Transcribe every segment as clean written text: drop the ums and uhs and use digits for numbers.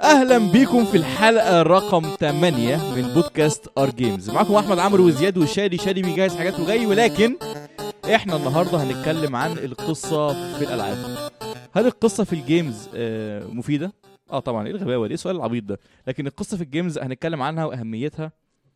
واهلا بيكم في الحلقه رقم 8 من بودكاست ار جيمز. معاكم احمد عمرو وزياد وشادي بيجهز حاجات وجاي، ولكن احنا النهارده هنتكلم عن القصه في الالعاب. هل القصه في الجيمز مفيده؟ طبعا. ايه الغباوه دي؟ السؤال العبيط ده. لكن القصه في الجيمز هنتكلم عنها واهميتها.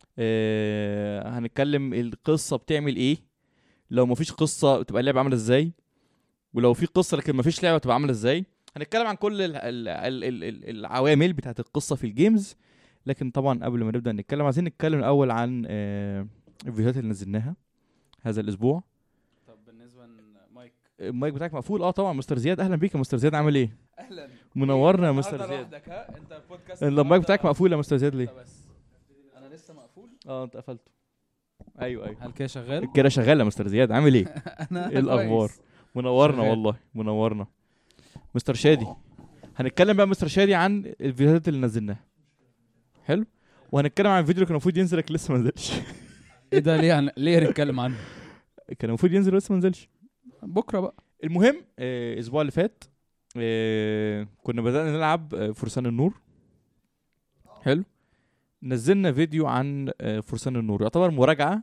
هنتكلم القصه بتعمل ايه، لو مفيش قصه بتبقى اللعبه عامله ازاي، ولو في قصه لكن مفيش لعبه بتبقى عامله ازاي. هنتكلم عن كل العوامل بتاعت القصه في الجيمز. لكن طبعا قبل ما نبدا نتكلم عايزين نتكلم الاول عن الفيديوهات اللي نزلناها هذا الاسبوع. طب بالنسبه للمايك، المايك بتاعك مقفول؟ طبعا. مستر زياد اهلا بيك يا مستر زياد، عامل ايه؟ اهلا، منورنا يا مستر زياد. انت بودكاست المايك بتاعك مقفول يا مستر زياد ليه؟ بس انا لسه مقفول. انت قفلته. ايوه هل كده شغال؟ كده شغال يا مستر زياد، عامل ايه؟ انا ايه الاخبار؟ منورنا شغال. والله منورنا. مستر شادي هنتكلم بقى مستر شادي عن الفيديوهات اللي نزلناها. حلو. وهنتكلم عن الفيديو اللي كان المفروض ينزل لك لسه ما نزلش. ايه ده؟ ليه نتكلم عنه؟ كان المفروض ينزل لسه ما نزلش. بكره بقى. المهم الاسبوع اللي فات كنا بدأنا نلعب فرسان النور. حلو. نزلنا فيديو عن فرسان النور، يعتبر مراجعة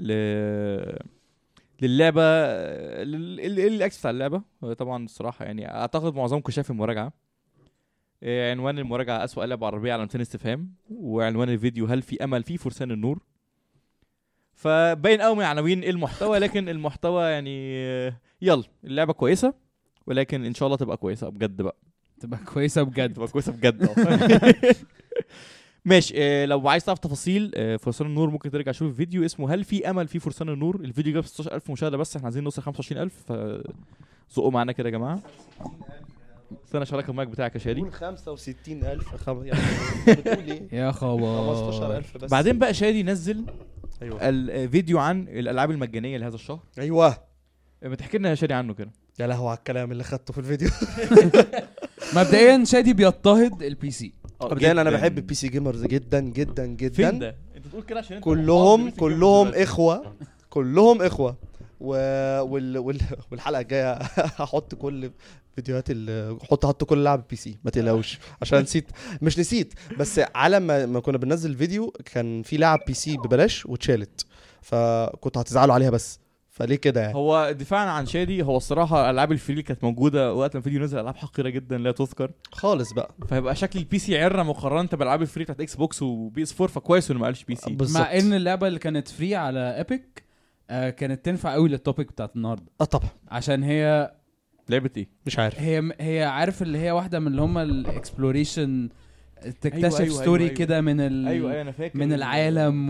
للعبة، الاكس بتاع اللعبة. طبعا الصراحة يعني اعتقد معظمكم شاف المراجعة. عنوان المراجعة أسوأ لعبة عربية علامتين استفهام، وعنوان الفيديو هل في أمل في فرسان النور. فبين قوي من عناوين المحتوى، لكن المحتوى يعني يلا اللعبة كويسة، ولكن إن شاء الله تبقى كويسة بجد بقى. تبقى كويسة بجد. تبقى كويسة بجد. ماشي. لو عايز تعرف تفاصيل فرسان النور ممكن ترجع شوف الفيديو اسمه هل في أمل في فرسان النور. الفيديو جاب 16,000 مشاهدة بس احنا عايزين نوصل 25,000، فزقوا معانا كده يا جماعة. استنى شغلك المايك بتاعك يا شادي. قول 65,000 يعني بتقول ايه؟ يا خبر. 15,000 بس. بعدين بقى شادي نزل ايوه الفيديو عن الألعاب المجانية لهذا الشهر. ايوه. ما تحكي لنا يا شادي عنه كده. يا لهوي على الكلام اللي خدته في الفيديو. مبدئيا شادي بيضطهد البي سي. مبدئيا انا بحب البي سي جيمرز جدا جدا فين جدا. ده؟ انت بتقول كده عشان انت كلهم اخوه، كلهم اخوه. والحلقه الجايه هحط كل فيديوهات حط كل لعب بي سي، ما تقلقوش عشان نسيت. مش نسيت، بس على ما كنا بننزل فيديو كان في لعب بي سي ببلاش واتشالت، فكنت هتزعلوا عليها بس فليه كده يعني. هو دفاعا عن شادي، هو الصراحه العاب الفري كانت موجوده وقت ما الفيديو نزل، العاب حقيره جدا لا تذكر خالص بقى. فيبقى شكل البي سي عره مقارنه بالالعاب الفري بتاعت اكس بوكس وبي اس 4، فكويس انه ما قالش بي سي. مع ان اللعبه اللي كانت فري على ايبك كانت تنفع قوي للتوبيك بتاعت النهارده. طبعا. عشان هي لعبه ايه مش عارف. هي عارف اللي هي واحده من اللي هم الاكسبلوريشن، تكتشف أيوة ستوري أيوة. كده من ايوه انا فاكر من العالم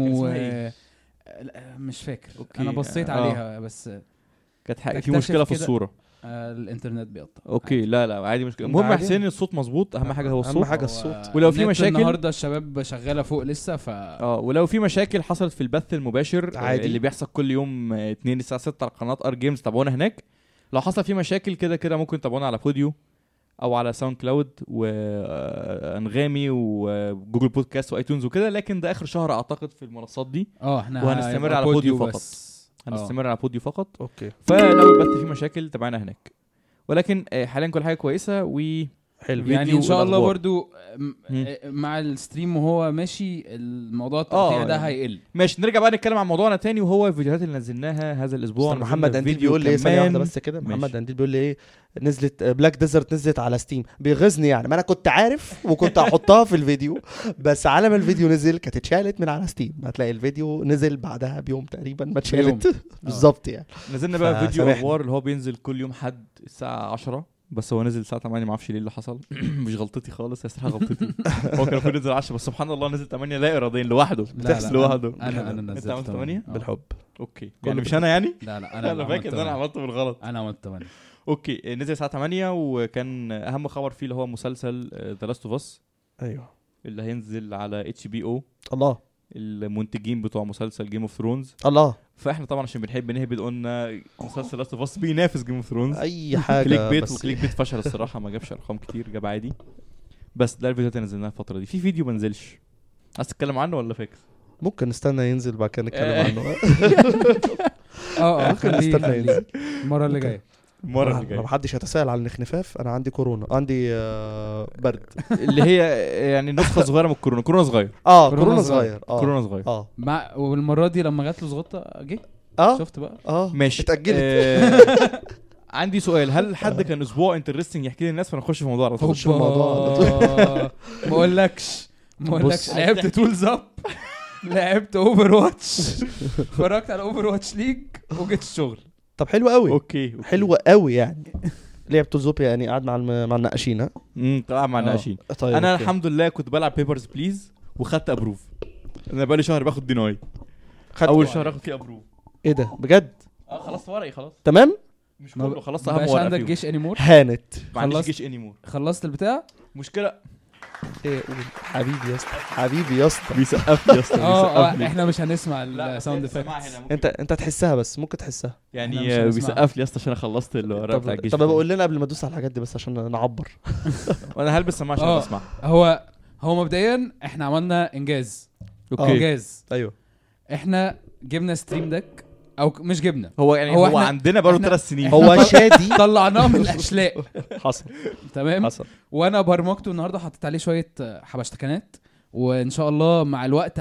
مش فاكر. أوكي. انا بصيت عليها بس كانت في تكتشف مشكله في كده. الصوره. الانترنت بيقطع. اوكي لا عادي مشكله. المهم عادي. حسين الصوت مظبوط، اهم حاجه هو الصوت. اهم حاجه الصوت. ولو في النت مشاكل النهارده الشباب شغاله فوق لسه ولو في مشاكل حصلت في البث المباشر عادي. اللي بيحصل كل يوم 2 الساعه 6 على قناه ار جيمز، تابعونا هناك. لو حصل في مشاكل كده ممكن تابعونا على بوديو او على ساوند كلاود وانغامي وجوجل بودكاست وايتونز وكده. لكن ده اخر شهر اعتقد في المنصات دي، احنا وهنستمر على بوديو فقط. بس. هنستمر على بوديو فقط. اوكي فلو البث فيه مشاكل تابعنا هناك. ولكن حاليا كل حاجه كويسه حلو. يعني ان شاء الله والأخبار. برضو مع الستريم وهو ماشي الموضوع التقطيع ده يعني. هيقل. ماشي نرجع بقى نتكلم عن موضوعنا تاني، وهو الفيديوهات اللي نزلناها هذا الاسبوع. محمد انديل بيقول لي ثانيه واحده بس كده. محمد انديل بيقول لي ايه، نزلت بلاك ديزرت نزلت على ستيم، بيغزني يعني. ما انا كنت عارف وكنت هحطها في الفيديو، بس على ما الفيديو نزل كانت اتشالت من على ستيم. هتلاقي الفيديو نزل بعدها بيوم تقريبا ما اتشالت. بالظبط يعني. نزلنا بقى فيديو فسامحني. اخبار اللي هو بينزل كل يوم حد الساعه 10، بس هو نزل الساعه 8. ما اعرفش ليه اللي حصل. مش غلطتي خالص، هي صراحه غلطتي. هو كان المفروض ينزل 10 بس سبحان الله نزل 8 لا اراديا لوحده. لا لوحده. انا انت نزلت عملت 8 بالحب. اوكي يعني مش انا يعني. لا انا فاكر ان انا عملته بالغلط. انا عملت 8. اوكي نزل الساعه 8 وكان اهم خبر فيه اللي هو مسلسل ذا لاست اوف اس ايوه اللي هينزل على HBO. الله المنتجين بتوع مسلسل جيم اوف ثرونز. الله. فاحنا طبعا عشان بنحب نهبد قلنا مسلسل لاست اوف اس بينافس جيم اوف ثرونز. اي حاجه كليك بيت، بس وكليك بيت فشل الصراحه، ما جابش ارقام كتير، جاب عادي. بس ده الفيديوهات اللي نزلناها الفتره دي. في فيديو ما نزلش، عايز تتكلم عنه ولا فاكس؟ ممكن نستنى ينزل بعد كده نتكلم عنه. ممكن نستنى ينزل. المره اللي جايه. المره اللي لو جايه محدش يتساءل على النخنفاف، انا عندي كورونا، عندي برد. اللي هي يعني نسخه صغيره من الكورونا. كورونا صغير. كورونا صغير. كورونا صغير. والمره دي لما جات له زغطه جه. شفت بقى. ماشي اتاجلت. عندي سؤال، هل حد كان اسبوع انترستنج يحكي لي الناس فنخش في الموضوع على طول؟ نخش في الموضوع. ما اقولكش لعبت تولز اب، لعبت اوفر واتش، اتفرجت على اوفر واتش ليج وجيت الشغل. طب حلو قوي. اوكي حلو قوي يعني. لعبت تولز اب يعني قاعد مع النقاشين. ها طبعا مع النقاشين. طيب انا أوكي. الحمد لله كنت بلعب بيبرز بليز وخدت ابروف. انا بقالي شهر باخد ديناي، اول شهر اخد فيه ابروف. ايه ده بجد؟ خلصت ورقي خلاص تمام. مش كله خلصت اهم اهم ورقه. ورقه عندك فيهم. جيش انيمور؟ هانت. ما عنديش جيش انيمور. خلصت البتاع. مشكله ايه قول. حبيبي يا اسطى، حبيبي يا اسطى. بيسقف لي يا اسطى، بيسقف لي. احنا مش هنسمع الساوند افكتس. انت تحسها بس، ممكن تحسها يعني بيسقف لي يا اسطى عشان انا خلصت الورقه بتاع الجيش. طب بقول لنا قبل ما ادوس على الحاجات دي بس عشان نعبر. وانا هلبس سماعه عشان اسمع. هو مبدئيا احنا عملنا انجاز. انجاز. ايوه احنا جبنا ستريم ديك او مش جبنا. هو عندنا بقاله 3 سنين. هو شادي طلعناه من الاشلاء. حصل تمام. وانا برمجته النهارده، حطيت عليه شويه حبشتكنات، وان شاء الله مع الوقت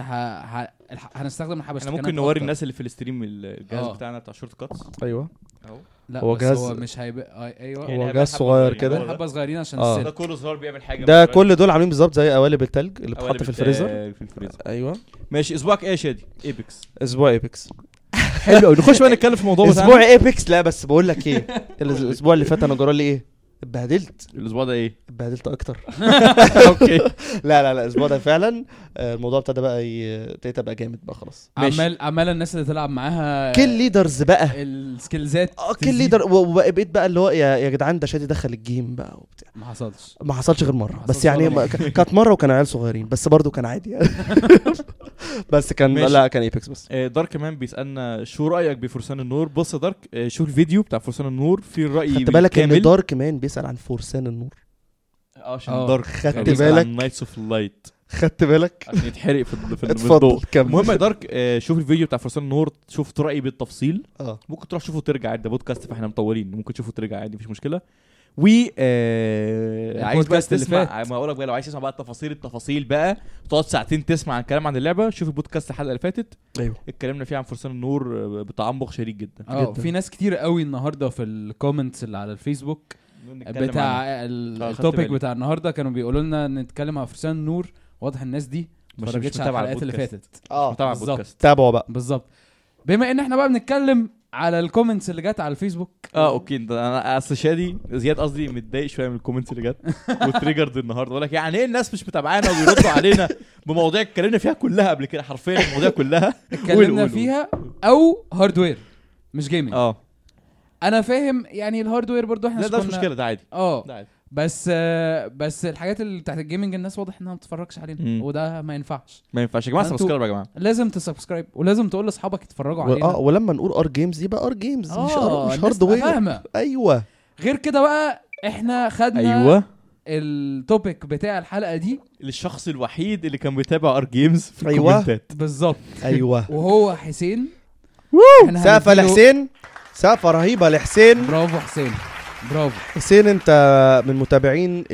هنستخدم الحبشتكنات. احنا ممكن نوري الناس اللي في الستريم الجهاز بتاعنا بتاع شورت كاتس. ايوه اهو. هو جهاز، هو مش هيبقى ايوه يعني هو جهاز صغير كده، حبه صغيرين عشان السن. ده كله صغير بيعمل حاجه. ده كل دول عاملين بالظبط زي قوالب التلج اللي بتحط في الفريزر. ايوه ماشي. اسبوعك ايه يا شادي؟ ايبكس. اسبوع ايبكس. حلو قوي. نخش بقى نتكلم في الموضوع بتاعنا. اسبوع ايبكس. لا بس بقول لك ايه، الاسبوع اللي فات انا جرى لي ايه، اتبهدلت. الاسبوع ده ايه؟ اتبهدلت اكتر. اوكي. لا الاسبوع ده فعلا الموضوع ابتدى بقى ابتدى بقى جامد بقى خلاص. عمال الناس اللي تلعب معاها كل ليدرز بقى السكيلزات. كل ليدر. وبقيت بقى اللي هو يا جدعان ده شادي دخل الجيم بقى وبتاع. ما حصلش غير مره بس يعني كانت مره وكان عيال صغيرين بس برضو كان عادي يعني. بس كان لا كان ايبكس بس. دارك كمان بيسالنا شو رايك بفرسان النور. بص يا دارك، شوف الفيديو بتاع فرسان النور في الراي. خدت بالك ان دارك كمان بيسال عن فرسان النور؟ عشان دارك خدت بالك نايتس اوف اللايت. خدت بالك عشان يتحرق في الضوء. المهم يا دارك، شوف الفيديو بتاع فرسان النور، شوف رأيي بالتفصيل. ممكن تروح تشوفه ترجع عادي، ده بودكاست فاحنا مطولين، ممكن تشوفه ترجع عادي مفيش مشكله. عايز بقى تسمع، ما اقولك بقى لو عايز تسمع بقى التفاصيل بقى تقعد ساعتين تسمع عن كلام عن اللعبه، شوف البودكاست الحلقه اللي فاتت. ايوه اتكلمنا فيها عن فرسان النور بتعمق شديد جدا. في ناس كتير قوي النهارده في الكومنتس اللي على الفيسبوك بتاع التوبيك بتاع النهارده كانوا بيقولوا لنا نتكلم عن فرسان النور. واضح الناس دي ما اتفرجتش على الحلقات اللي فاتت. متابعه البودكاست. تابعوا بقى بالظبط. بما ان احنا بقى بنتكلم على الكومنتس اللي جت على الفيسبوك. اوكي. انا اصل شادي زياد قصدي متضايق شويه من الكومنتس اللي جت وتريجرد النهارده. بقول لك يعني ايه الناس مش متابعانا وبيردوا علينا بمواضيع اتكلمنا فيها كلها قبل كده، حرفيا المواضيع كلها اتكلمنا فيها او هاردوير مش جيمنج. انا فاهم يعني الهاردوير برضو احنا ده مش مشكله، ده عادي. ده عادي. بس الحاجات اللي بتاعت الجيمنج الناس واضح انها ما بتتفرجش علينا وده ما ينفعش يا جماعه. سبسكرايب يا جماعه، لازم تسبسكرايب ولازم تقول لاصحابك يتفرجوا علينا. ولما نقول ار جيمز يبقى ار جيمز مش هاردوير. ايوه غير كده بقى احنا خدنا التوبيك بتاع الحلقه دي للشخص الوحيد اللي كان بيتابع ار جيمز في الكومنتات. بالظبط. وهو حسين. سقفه لحسين، سقفه رهيبه لحسين. برافو حسين، برافو حسين. انت من متابعين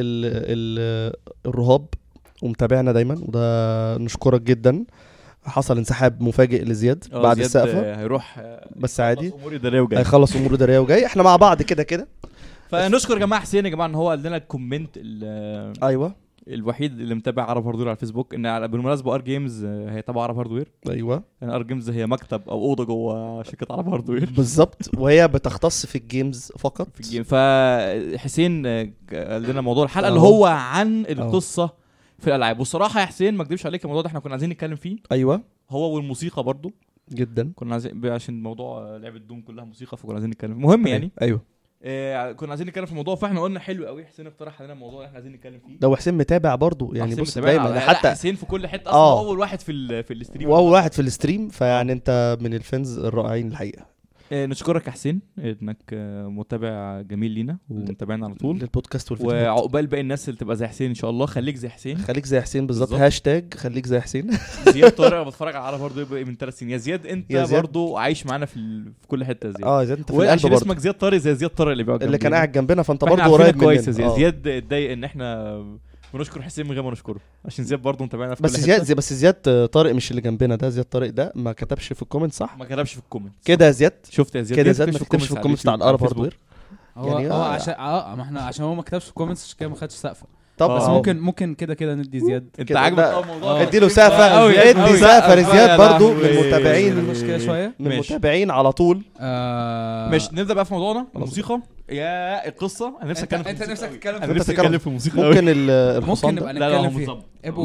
الرهاب ومتابعنا دايما وده نشكرك جدا. حصل انسحاب مفاجئ لزياد بعد السقفه، هيروح بس عادي هيخلص امور اداريه وجاي. احنا مع بعض كده. فنشكر يا جماعه حسين يا جماعه ان هو قال لنا الكومنت ايوه الوحيد اللي متابع عرب هاردوير على الفيسبوك. ان بالمناسبه ار جيمز هي تبع عرب هاردوير. ايوه يعني ار جيمز هي مكتب او اوضه جوه شركه عرب هاردوير بالظبط، وهي بتختص في الجيمز فقط في الجيم. فحسين قال لنا موضوع الحلقه اللي هو عن القصه في الالعاب. والصراحه يا حسين ما اكذبش عليك الموضوع ده احنا كنا عايزين نتكلم فيه. ايوه هو والموسيقى برضو جدا كنا عايزين عشان موضوع لعبه دوم كلها موسيقى فكنا عايزين نتكلم. المهم يعني ايوه كنا عايزين نتكلم في الموضوع فاحنا قلنا حلو قوي. حسين اقترح علينا الموضوع اللي احنا عايزين نتكلم فيه. لو حسين متابع برضو يعني بص دايما حتى حسين في كل حته اصلا اول واحد في الستريم واول واحد في الستريم. فيعني انت من الفانز الرائعين الحقيقه. نشكرك يا حسين انك متابع جميل لينا ومتابعنا على طول للبودكاست والفيديوهات. وعقبال باقي الناس اللي تبقى زي حسين ان شاء الله. خليك زي حسين، خليك زي حسين بالظبط. هاشتاج خليك زي حسين. زياد طارق بتفرج على العرب برضه يبقى من 3 سنين. يا زياد انت برضه عايش معانا في كل حته. زياد زياد انت في القلب برضه. اسمك زياد طارق زي زياد طارق اللي كان قاعد جنبنا، فانت برضه قريب مننا. كويس يا زياد. زياد اتضايق ان احنا ونشكر حسين من غير ما نشكره عشان زياد برضه متابعنا في كل حته. بس زياد طارق مش اللي جنبنا ده. زياد طارق ده ما كتبش في الكومنت صح؟ ما كتبش في الكومنت كده يا زياد. شفت يا زياد كده زياد ما كتبش في الكومنت بتاع القرب برضه. هو عشان ما احنا عشان هو ما كتبش في الكومنتس عشان كده ما خدش سقفه. طب بس ممكن كده ندي زياد. انت عاجبك الموضوع؟ اديله سقفه. ادي سقفه لزياد برضه من المتابعين. المشكله شويه من المتابعين على طول. مش نبدا بقى في موضوعنا الموسيقى. يا القصه انا نفسي اتكلم في انت نفسك تتكلم انا نفسي اتكلم في الموسيقى. ممكن ممكن نبقى نتكلم فيه.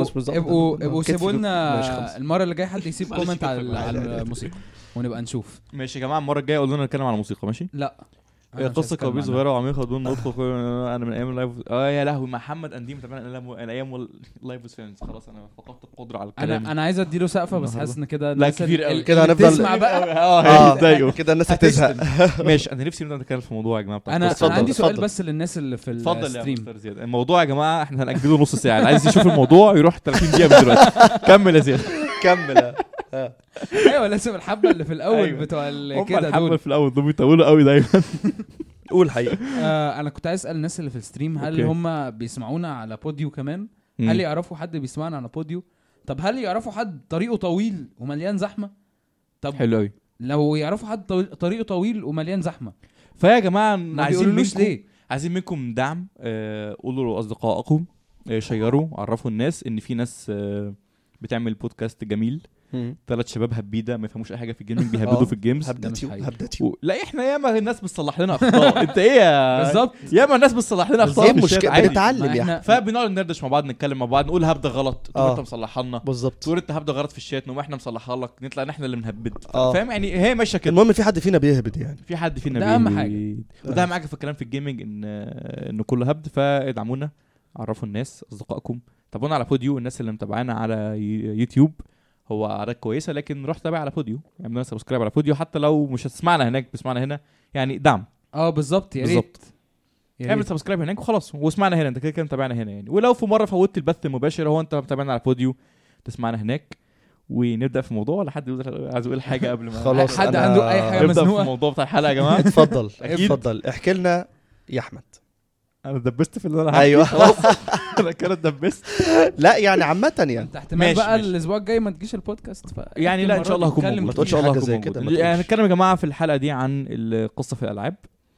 ابقوا سيبوا لنا المره اللي جايه حد يسيب كومنت على الموسيقى ونبقى نشوف. ماشي يا جماعه المره الجايه قولوا لنا نتكلم على الموسيقى. ماشي لا قصه كوابيس صغيره وعميقه دون نطق. انا من ايام اللايف يا لهوي محمد انديم تابعنا ايام اللايف فينز. خلاص انا فقدت القدره على الكلام. انا عايز اديله سقفه بس حاسس ان كده لا كتير قوي كده هنفضل تسمع بقى. ضايقوا كده الناس هتزهق. ماشي انا نفسي نبدا نتكلم في الموضوع يا جماعه. انا عندي سؤال بس للناس اللي في الستريم. الموضوع يا جماعه احنا هنأجله نص ساعه. اللي عايز يشوف الموضوع يروح 30 دقيقه من دلوقتي. كمل يا زياد كمل. ايوه لازم الحبه اللي في الاول بتوع كده دول في الاول دول بيطولوا قوي دايما. قول حقيقة. انا كنت عايز اسال الناس اللي في الستريم هل هم بيسمعونا على بوديو كمان؟ هل يعرفوا حد بيسمعنا على بوديو؟ طب هل يعرفوا حد طريقه طويل ومليان زحمه؟ طب حلو قوي. لو يعرفوا حد طريقه طويل ومليان زحمه فيا جماعه عايزين منكم دعم. قولوا لاصدقائكم، شيروا، عرفوا الناس ان في ناس بتعمل بودكاست جميل. 3 شباب هبيده ما يفهموش اي حاجه في الجيمنج بيهبدوا في الجيمز. هبدتيو. لا احنا ياما الناس بتصلح لنا اخطاء. انت ايه بالظبط؟ ياما الناس بتصلح لنا اخطاء. مشكله بنتعلم يعني. فبنقعد ندردش مع بعض، نتكلم مع بعض، نقول هبده غلط تقول انت مصلحها لنا بالظبط، تقول انت هبده غلط في الشات نقوم احنا مصلحها لك، نطلع احنا اللي بنهبد. فاهم يعني هي ماشيه كده. المهم في حد فينا بيهبد يعني. في حد فينا ده اهم حاجه. وده اهم حاجه في الكلام في الجيمنج ان كله هبد. فادعمونا، عرفوا الناس اصدقائكم، تابعونا على بوديو. الناس اللي متابعانا على يوتيوب هو اعداد كويسه، لكن روح تابع على بوديو، اعمل سبسكرايب على بوديو حتى لو مش هتسمعنا هناك بتسمعنا هنا يعني دعم. بالظبط يا ريت اعمل سبسكرايب هناك وخلاص واسمعنا هنا. انت كده متابعنا هنا يعني. ولو في مره فوتت البث المباشر هو انت متابعنا على بوديو تسمعنا هناك. ونبدا في الموضوع ولا حد عايز يقول حاجه قبل ما خلاص حد عنده اي حاجه مزنوقه؟ نبدا في الموضوع بتاع الحلقه يا جماعه. اتفضل احكي لنا يا احمد. انا دبست في اللي انا ايوه خلاص. انا كده دبست. لا يعني عامه يعني انت احتمال بقى الاسبوع الجاي ما تجيش البودكاست يعني لا ان شاء الله هكون موجود. ما تقولش حاجه زي كده. يعني هنتكلم يا جماعه في الحلقه دي عن القصه في الالعاب.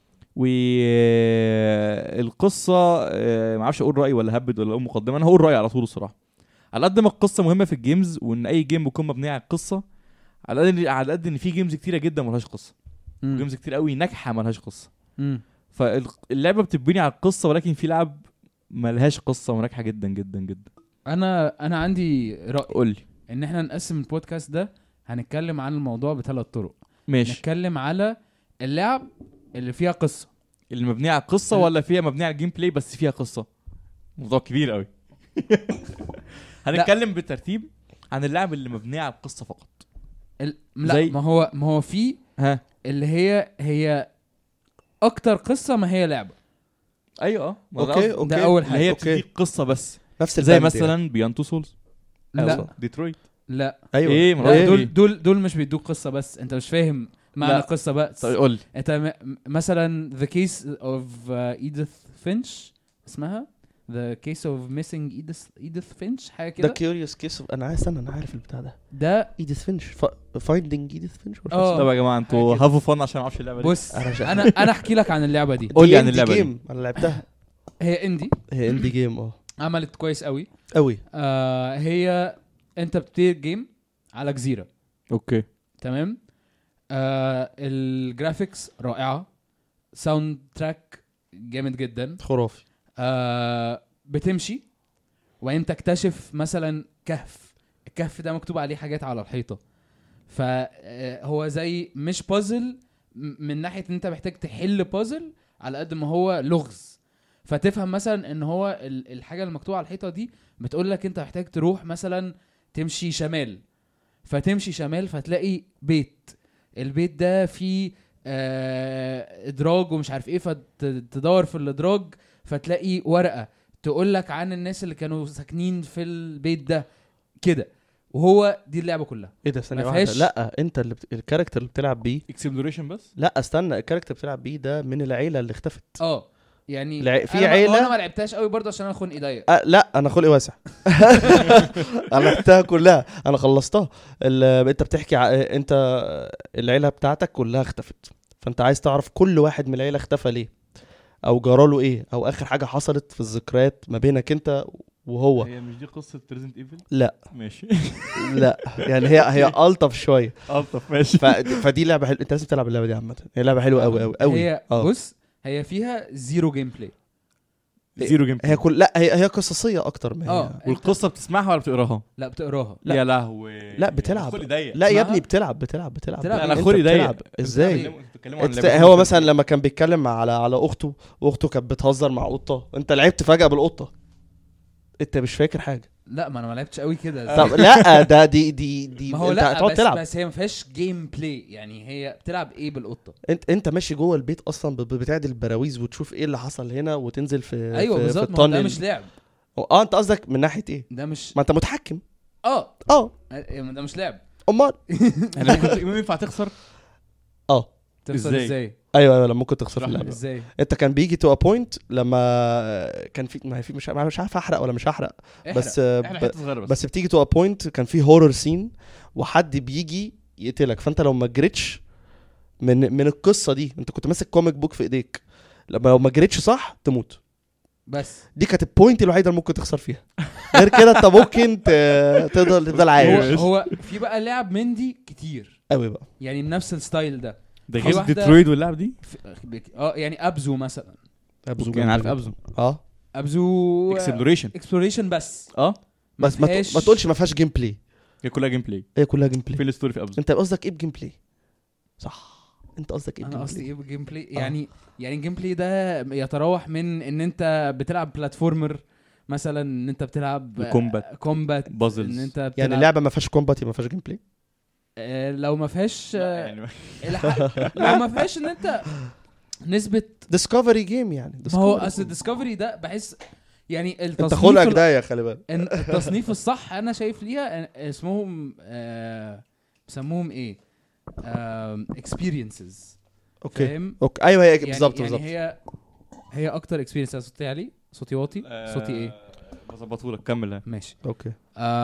والقصه ما اعرفش اقول رايي ولا هبد ولا اقول مقدمه. انا هقول رايي على طول الصراحه. على قد ما القصه مهمه في الجيمز وان اي جيم بيكون مبني على القصه، على قد ان في جيمز كتيره جدا مالهاش قصه، جيمز كتير قوي ناجحه مالهاش قصه. فاللعبه بتبني على القصه، ولكن في لعب مالهاش قصه وناجحه جدا جدا جدا. انا عندي راي. قول لي. ان احنا نقسم البودكاست ده، هنتكلم عن الموضوع ب3 طرق. ماشي. نتكلم على اللعب اللي فيها قصه، اللي مبنيه على القصه ولا فيها مبنيه على الجيم بلاي بس فيها قصه. موضوع كبير قوي. هنتكلم بالترتيب عن اللعب اللي مبنيه على القصه فقط. لا ما هو في اللي هي اكتر قصه ما هي لعبه. ايوه اوكي ده اول حاجه. اللي هي بتديك قصه بس نفس زي مثلا بيان تو سولز. لا ديترويت. لا ايوه ايه دول مش بيدوك قصه بس. انت مش فاهم معنى القصه بس. طيب قول لي. انت مثلا The Case of Edith Finch اسمها The Case of Missing Edith Finch حاجه كده. The Curious Case of انا عارف البتاع ده Edith Finch Finding Edith Finch. طب يا جماعه انتوا هافوا فن عشان ما اعرفش اللعبه دي. بص انا احكي لك عن اللعبه دي. قول لي عن اللعبه دي. انا لعبتها. هي اندي جيم عملت كويس قوي. هي انت بتبتدي جيم على جزيره. اوكي تمام. الجرافيكس رائعه، ساوند تراك جامد جدا خرافي. بتمشي وانت تكتشف مثلا الكهف ده مكتوب عليه حاجات على الحيطه. فهو زي مش بازل من ناحيه ان انت محتاج تحل بازل على قد ما هو لغز. فتفهم مثلا ان هو الحاجه المكتوبه على الحيطه دي بتقول لك انت محتاج تروح مثلا تمشي شمال. فتمشي شمال فتلاقي البيت ده فيه ادراج ومش عارف ايه، فتدور في الادراج فتلاقي ورقه تقول لك عن الناس اللي كانوا ساكنين في البيت ده كده. وهو دي اللعبه كلها. ايه ده؟ ثانيه واحده، لا انت اللي الكاركتر اللي بتلعب بيه اكسبلوريشن بس. لا استنى، الكاركتر بتلعب بيه ده من العيله اللي اختفت. يعني في عيله. انا ما لعبتهاش قوي برضه عشان انا خلقي ضيق. لا انا خلقي واسع. انا لعبتها كلها، انا خلصتها. انت بتحكي انت العيله بتاعتك كلها اختفت، فانت عايز تعرف كل واحد من العيله اختفى ليه، او جراله ايه، او اخر حاجه حصلت في الذكريات ما بينك انت وهو. هي مش دي قصه ريزنت ايفل؟ لا ماشي. لا يعني هي الطف شويه. الطف ماشي. فدي لعبه حلوه، انت لازم تلعب اللعبه دي عامه، هي لعبه حلوه قوي قوي قوي. هي بص، هي فيها زيرو جيم بلاي. زيرو جيم بلاي. هي لا هي قصصيه اكتر ما هي. والقصه بتسمعها ولا بتقراها؟ لا بتقراها. لا يا لهوي، لا بتلعب. لا لا يا ابني بتلعب. لا انا خلقي ضيق. ازاي؟ هو مثلا لما كان بيتكلم على اخته، واخته كانت بتهزر مع قطه، انت لعبت فجاه بالقطه، انت مش فاكر حاجه. لا ما انا ما لعبتش قوي كده. طب لا ده دي ما هو انت لا هتقعد تلعب. بس هي ما فيهاش جيم بلاي. يعني هي بتلعب ايه بالقطه؟ انت ماشي جوه البيت اصلا، بتعدل البراويز وتشوف ايه اللي حصل هنا، وتنزل في ايوه في بالظبط. الطن. ده مش لعب. انت قصدك من ناحيه ايه؟ ده مش، ما انت متحكم. ده مش لعب. امال انا كنت ينفع تخسر؟ تخسر ازاي؟ ايوه لما ممكن تخسر في اللعبه ازاي. انت كان بيجي تو ا بوينت لما كان في، ما في، مش عارف احرق ولا مش هحرق، بس بتيجي تو ا بوينت كان في هورر سين، وحد بيجي يقتلك، فانت لو ما جريتش من القصه دي، انت كنت ماسك كوميك بوك في ايديك، لو ما جريتش صح تموت. بس دي كانت البوينت الوحيده اللي ممكن تخسر فيها. غير كده انت ممكن تفضل عايش. هو في بقى لعب من دي كتير قوي بقى، يعني بنفس الستايل ده غير ديترويد واللعب دي. يعني ابزو مثلا. ابزو يعني عارف ابزو. ابزو اكسبلوريشن بس. بس ما تقولش ما فيهاش جيم بلاي. هي كلها جيم بلاي. في الستوري في ابزو. انت قصدك ايه بجيم بلاي؟ صح، انت قصدك ايه؟ انا قصدي ايه بجيم بلاي؟ يعني الجيم بلاي ده يتراوح من ان انت بتلعب بلاتفورمر مثلا، ان انت بتلعب كومبات بازلز، ان انت يعني لعبه ما فيهاش كومبات ما فيهاش جيم بلاي. لو ما فيهاش لو ما فيهاش ان انت نسبه ديسكفري جيم يعني. ما هو اصل الديسكفري ده بحس يعني انت خلقك ده يا خلي بالك. التصنيف الصح انا شايف ليها اسمهم بسموهم ايه، experiences. اوكي ايوه هي بالظبط يعني بالظبط. هي اكتر experience. صوتي عالي، صوتي واطي، صوتي ايه؟ بظبطه لك، كمل. ماشي اوكي.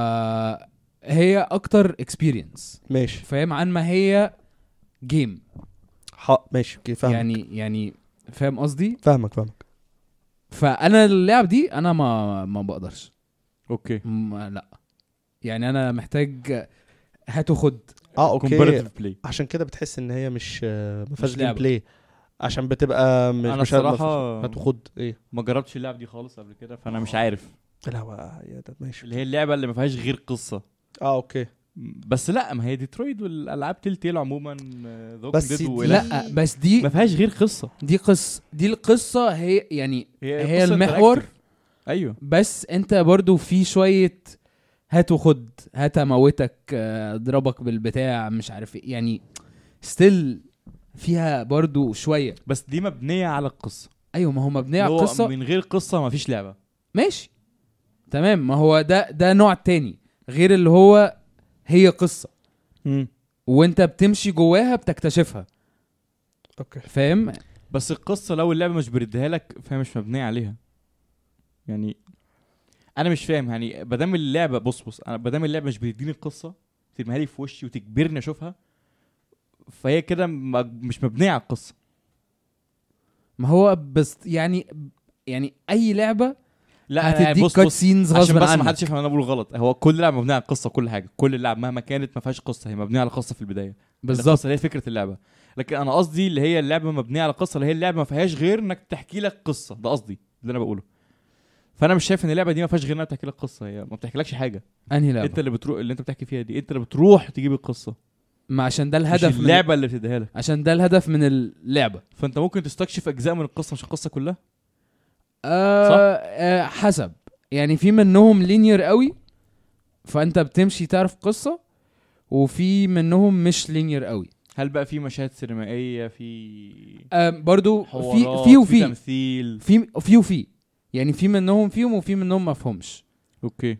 هي اكتر experience، ماشي، فاهم، عن ما هي جيم. ماشي اوكي فاهمك. يعني فاهم قصدي؟ فاهمك. فانا اللعب دي انا ما بقدرش. اوكي. لا يعني انا محتاج هات وخد. اوكي. عشان كده بتحس ان هي مش ما فيهاش جيم بلاي، عشان بتبقى انا صراحه هتاخد ايه. ما جربتش اللعب دي خالص قبل كده، فانا مش عارف. لا يا ده ماشي. اللي هي اللعبه اللي ما فيهاش غير قصه. اوكي. بس لا، ما هي ديترويد والالعاب تيل عموما بس لا بس دي ما فيهاش غير قصه. دي القصه هي يعني هي المحور. ايوه بس انت برضو في شويه هات وخد، هات اموتك، اضربك بالبتاع، مش عارف ايه يعني. ستيل فيها برضو شويه، بس دي مبنيه على القصه. ايوه ما هو مبنيه على القصه. من غير قصه ما فيش لعبه. ماشي تمام. ما هو ده نوع تاني غير اللي هو هي قصه وانت بتمشي جواها بتكتشفها. اوكي فاهم. بس القصه لو اللعبه مش بردها لك فهي مش مبنيه عليها. يعني انا مش فاهم، يعني بدام اللعبه بص انا بدام اللعبه مش بتديني القصه، ترميها لي في وشي وتجبرني اشوفها، فهي كده مش مبنيه على القصه. ما هو بس يعني اي لعبه لا هتديك كات سينز غصب عنك. ما حدش يفهم انا بقول غلط. هو كل لعبه مبنيه على القصه، كل حاجه، كل اللعب مهما كانت ما فيهاش قصه هي مبنيه على قصه في البدايه بالظبط. هي فكره اللعبه. لكن انا قصدي اللي هي اللعبه مبنيه على قصه، اللي هي اللعبه ما فيهاش غير انك تحكي لك قصه. ده قصدي اللي انا بقوله. فانا مش شايف ان اللعبه دي ما فيهاش غير انها بتحكي لك قصه. هي ما بتحكيلكش حاجه. انهي لعبه؟ انت اللي بتروح، اللي انت بتحكي فيها دي انت اللي بتروح تجيب القصه. ما عشان ده الهدف مش اللعبه اللي بتديها لك، عشان ده الهدف من اللعبه. فانت ممكن تستكشف اجزاء من القصه مش القصه كلها. حسب يعني. في منهم لينير قوي فانت بتمشي تعرف قصه، وفي منهم مش لينير قوي. هل بقى في مشاهد سينمائيه، في برضو حوارات، في وفي تمثيل، وفي يعني في منهم فيهم وفي منهم ما فهمش. اوكي.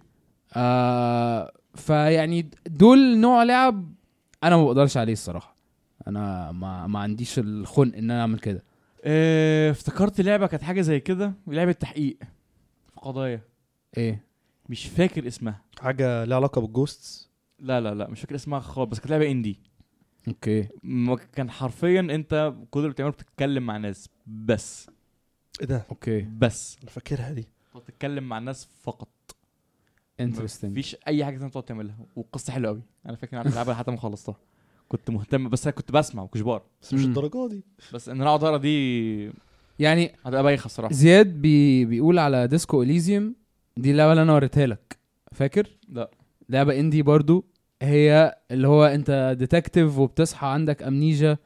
فيعني دول نوع لعب انا ما بقدرش عليه الصراحه. انا ما عنديش الخلق ان انا اعمل كده. افتكرت لعبه كانت حاجه زي كده، لعبه تحقيق في قضايا. ايه مش فاكر اسمها، حاجه ليها علاقه بالجوستس. لا مش فاكر اسمها خالص، بس كانت لعبه اندي. اوكي. كان حرفيا انت كل اللي بتعمله بتتكلم مع ناس بس. ايه ده؟ اوكي بس انا فاكرها دي. تتكلم مع الناس فقط، انترستنج. مفيش اي حاجه تانية تقعد تعملها، والقصه حلوه قوي. انا فاكر انا بلعبها حتى ما خلصتها، كنت مهتم، بس انا كنت بسمع وكنتش بقرا. بس مش الدرجه دي. بس ان انا اقعد اقرا دي يعني هتبقى بايخه الصراحه. زياد بيقول على ديسكو إليزيوم، دي اللعبه اللي انا وريتها لك، فاكر؟ لا، لعبه اندي برضو، هي اللي هو انت ديتكتيف وبتصحى عندك امنيجا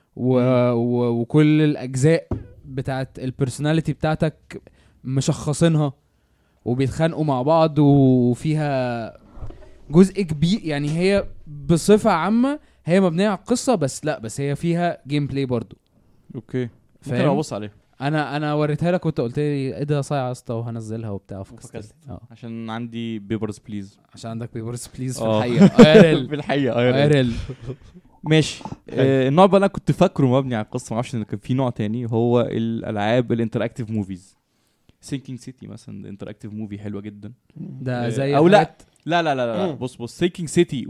وكل الاجزاء بتاعت البرسوناليتي بتاعتك مشخصينها وبيتخانقوا مع بعض، وفيها جزء كبير. يعني هي بصفة عامة هي مبنية على القصة بس هي فيها جيم بلاي برضو. اوكي، ممكن فاهم؟ ابص عليه. انا وريتها لك وانت قلت لي ايه ده صايع يا اسطى وهنزلها وبتاع فكست. عشان عندي بيبرز بليز. عشان عندك بيبرز بليز في الحقيقة. في الحقيقه ايرل. ماشي. النوع بقى انا كنت فاكره مبني على القصه، ما اعرفش ان كان في نوع تاني، هو الالعاب الانتراكتيف موفيز. سينكينج سيتي مثلا، انتراكتيف موفي حلوه جدا. ده زي او لا بص سينكينج سيتي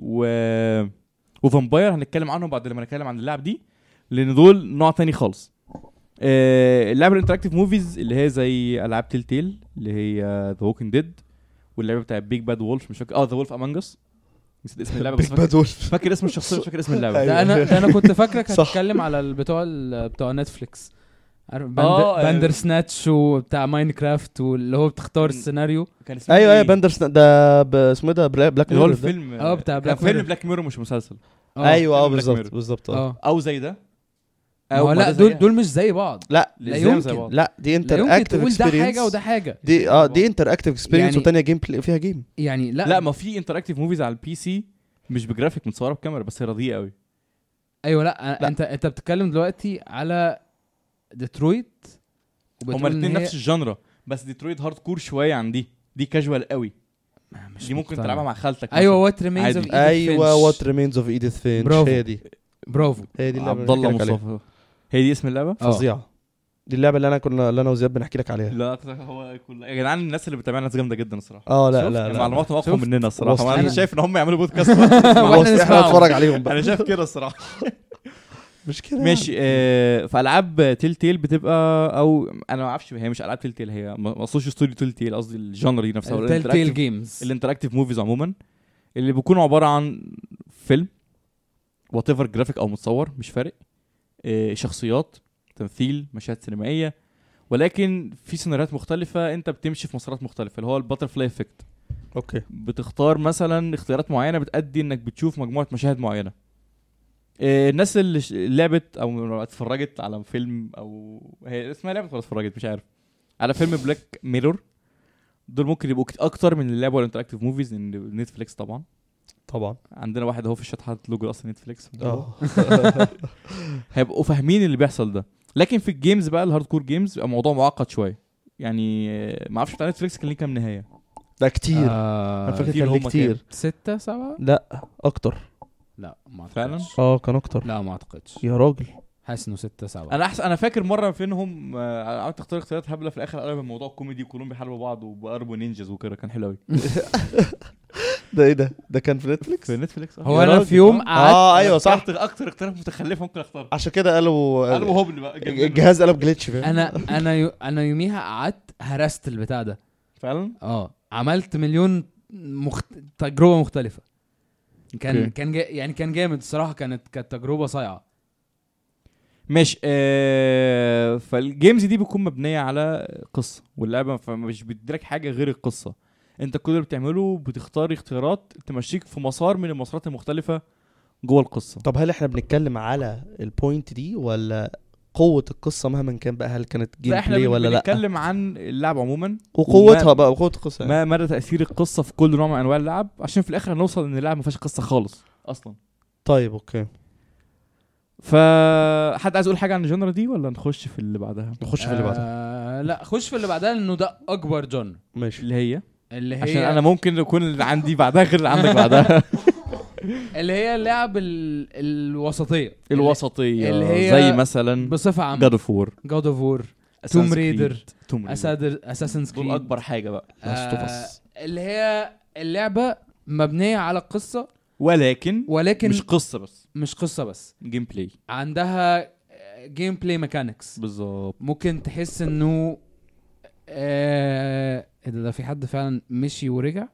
وفامباير هنتكلم عنهم بعد لما نتكلم عن اللعب دي، لان دول نوع تاني خالص. اللعبه الانتراكتيف موفيز اللي هي زي العاب تيل اللي هي ذا ووكينج ديد، واللعبه بتاع بيج باد وولف، مش فاكر ذا وولف امونج اس، نسيت اسم اللعبه بس فاكر اسم الشخصيه، مش فاكر اسم اللعبه. ده انا كنت فاكرك هتتكلم على بتوع نتفليكس، عارف باندر سناتش وبتاع ماينكرافت، واللي هو بتختار السيناريو. ايوه باندر ده اسمه ده بلاك ميرور، ده الفيلم بتاع بلاك ميرور. بلاك ميرور مش مسلسل. ايوه بالظبط. او زي ده، او لا دول مش زي بعض. لا يمكن. لا دي انتر اكتيف اكسبيرينس، ده حاجه وده حاجه. دي انتر اكتيف اكسبيرينس، وثانيه جيم بلاي فيها جيم. يعني لا ما في انتراكتيف موفيز على البي سي مش بجرافيك، متصوره بكاميرا، بس هي رديئه قوي. ايوه لا. انت بتتكلم دلوقتي على ديترويت، هما الاثنين نفس الجانرا، بس ديترويت هارد كور شويه عن دي كاجوال قوي. دي ممكن تلعبها مع خالتك. ايوه وات ريمينز اوف ايديث فينش. هي دي برافو. هي دي عبد الله مصطفى. هي دي اسم اللعبه فظيعه. دي اللعبه اللي انا وزياد بنحكي لك عليها. لا هو يا جدعان الناس اللي بتابعنا ناس جامده جدا الصراحه. لا معلوماتهم اقوى مننا الصراحه. انا شايف ان هم يعملوا بودكاست احنا نتفرج عليهم بقى. انا شايف كده الصراحه. مش كده ماشي. فالعاب تيل بتبقى، او انا ما اعرفش، هي مش العاب تيل، هي ما اقصدش ستوري تيل، قصدي الجانر دي نفسها، تيل جيمز، الانتراكتيف موفيز عموما، اللي بيكونوا عباره عن فيلم وات ايفر، جرافيك او متصور مش فارق، شخصيات، تمثيل، مشاهد سينمائيه، ولكن في سيناريوهات مختلفه. انت بتمشي في مسارات مختلفه، اللي هو الباترفلاي افكت. اوكي. بتختار مثلا اختيارات معينه بتأدي انك بتشوف مجموعه مشاهد معينه. الناس اللي لعبت او اتفرجت على فيلم، او هي اسمها لعبت ولا اتفرجت مش عارف، على فيلم بلاك ميرور، دول ممكن يبقوا اكتر من اللعبه والانتراكتيف موفيز. نتفليكس طبعا عندنا واحد اهو في الشات حاطط لوجو اصلا نتفليكس. هيبقوا فاهمين اللي بيحصل ده. لكن في الجيمز بقى الهارد كور جيمز بيبقى موضوع معقد شويه. يعني ما اعرفش بتاع نتفليكس كان ليه كام نهايه. ده كتير. انا فاكر كان كتير 6 7. لا اكتر. لا ما فعلا كان اكتر. لا ما اعتقدش يا راجل. حاسس انه 6 7. انا فاكر مره فينهم قعدت اختار اختيارات هبله في الاخر قلب الموضوع كوميدي وكلهم بيحاربوا بعض وبقربوا نينجز وكده، كان حلو قوي. ده ايه ده كان في نتفليكس. هو انا في يوم قعدت ايوه صح، اكتر اختيارات متخلفه ممكن اختار، عشان كده قالوا هبل بقى الجهاز قلب جليتش. انا يوميها قعدت هرست البتاع ده فعلا. عملت مليون تجربه مختلفه. كان جامد الصراحه. كانت تجربه صايعه. ماشي. فالجيمز دي بتكون مبنيه على قصه، واللعبه مش بتديلك حاجه غير القصه. انت كل اللي بتعمله بتختار اختيارات تمشيك في مسار من المسارات المختلفه جوه القصه. طب هل احنا بنتكلم على البوينت دي ولا قوه القصه مهما كان بقى؟ هل كانت جيم بلاي ولا لا؟ احنا بنتكلم عن اللعب عموما وقوتها بقى، وقوه القصه ما مدى تاثير القصه في كل نوع من انواع اللعب، عشان في الاخر هنوصل ان اللعب ما فيهاش قصه خالص اصلا. طيب اوكي. فحد عايز يقول حاجه عن الجنرا دي ولا نخش في اللي بعدها؟ نخش في اللي بعدها. لا خش في اللي بعدها لانه ده اكبر جنر. ماشي. اللي هي عشان انا ممكن يكون اللي عندي بعدها غير اللي عندك بعدها. اللي هي اللعب الوسطيه اللي هي زي مثلا بصفه عامه جاد اوف وور، جاد اوف وور، توم ريدر، اساسنز كريد، دول اكبر حاجه بقى. اللي هي اللعبه مبنيه على قصه ولكن مش قصه بس جيم بلاي، عندها جيم بلاي ميكانكس بالظبط. ممكن تحس انه ده في حد فعلا مشي ورجع.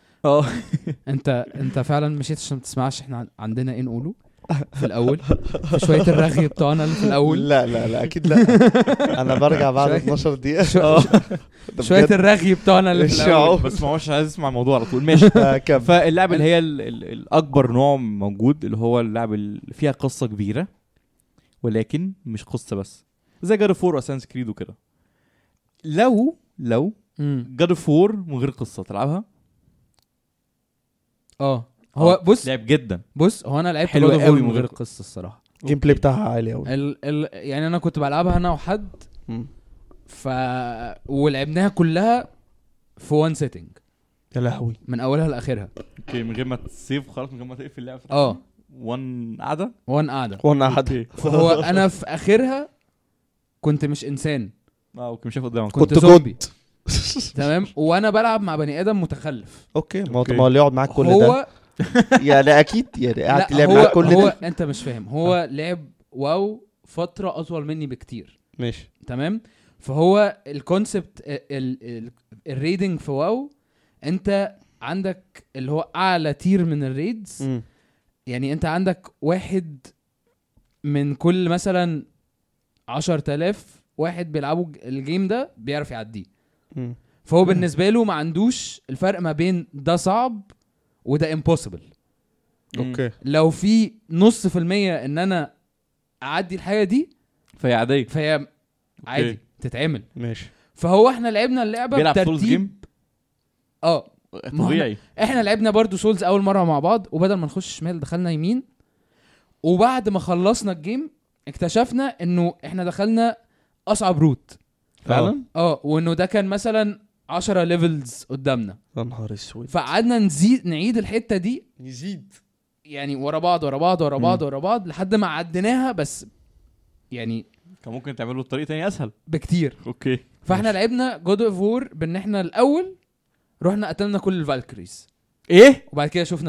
انت فعلا مشيت عشان ما تسمعش احنا عندنا ايه نقوله في الاول، في شويه الرغي بتوعنا اللي في الاول. لا اكيد لا. انا برجع بعد 12 دقيقه. شويه الرغي بتوعنا اللي في الاول، بس ما هوش عايز اسمع الموضوع على طول. ماشي. فاللعبه اللي هي الاكبر نوع موجود اللي هو اللعب اللي فيها قصه كبيره ولكن مش قصه بس، زي جاد اوف وور واساسنز كريد وكده. لو جاد اوف وور من غير قصه تلعبها؟ هو بص لعب جدا. بص هو انا لعبت حلو قوي من غير قصه الصراحه. الجيم بلاي بتاعها عالي قوي. يعني انا كنت بلعبها انا وحد ولعبناها كلها في وان سيتنج. يا لهوي. من اولها لاخرها. اوكي. من غير ما تسيف خلاص، من غير ما تقفل اللعبه. وان قعده. فهو انا في اخرها كنت مش انسان. اوكي. مش شايف قدامك. كنت زومبي. تمام. وانا بلعب مع بني ادم متخلف. اوكي. ما هو اللي يقعد معاك كل ده يعني اكيد يعني قاعد تلعب معاك كل ده. هو انت مش فاهم. هو لعب واو فتره اطول مني بكتير. ماشي. تمام. فهو الكونسبت الريدنج في واو، انت عندك اللي هو اعلى تير من الريدز. يعني انت عندك واحد من كل مثلا 10,000 واحد بيلعبوا الجيم ده بيعرف يعديه. فهو بالنسبه له ما عندوش الفرق ما بين ده صعب وده impossible. اوكي. لو في 0.5% ان انا اعدي الحاجه دي فهي عادي تتعمل. ماشي. فهو احنا لعبنا اللعبه بترتيب طبيعي. احنا لعبنا برضو سولز اول مره مع بعض، وبدل ما نخش شمال دخلنا يمين. وبعد ما خلصنا الجيم اكتشفنا انه احنا دخلنا اصعب روت فعلا. وانه ده كان مثلا 10 ليفلز قدامنا. يا نهار اسود. فقعدنا نعيد الحته دي يعني ورا بعض لحد ما عديناها. بس يعني كان ممكن تعملوا الطريق تاني اسهل بكتير. اوكي. فاحنا لعبنا جود اوف وور بان احنا الاول رحنا قتلنا كل الفالكريز وبعد كده شفنا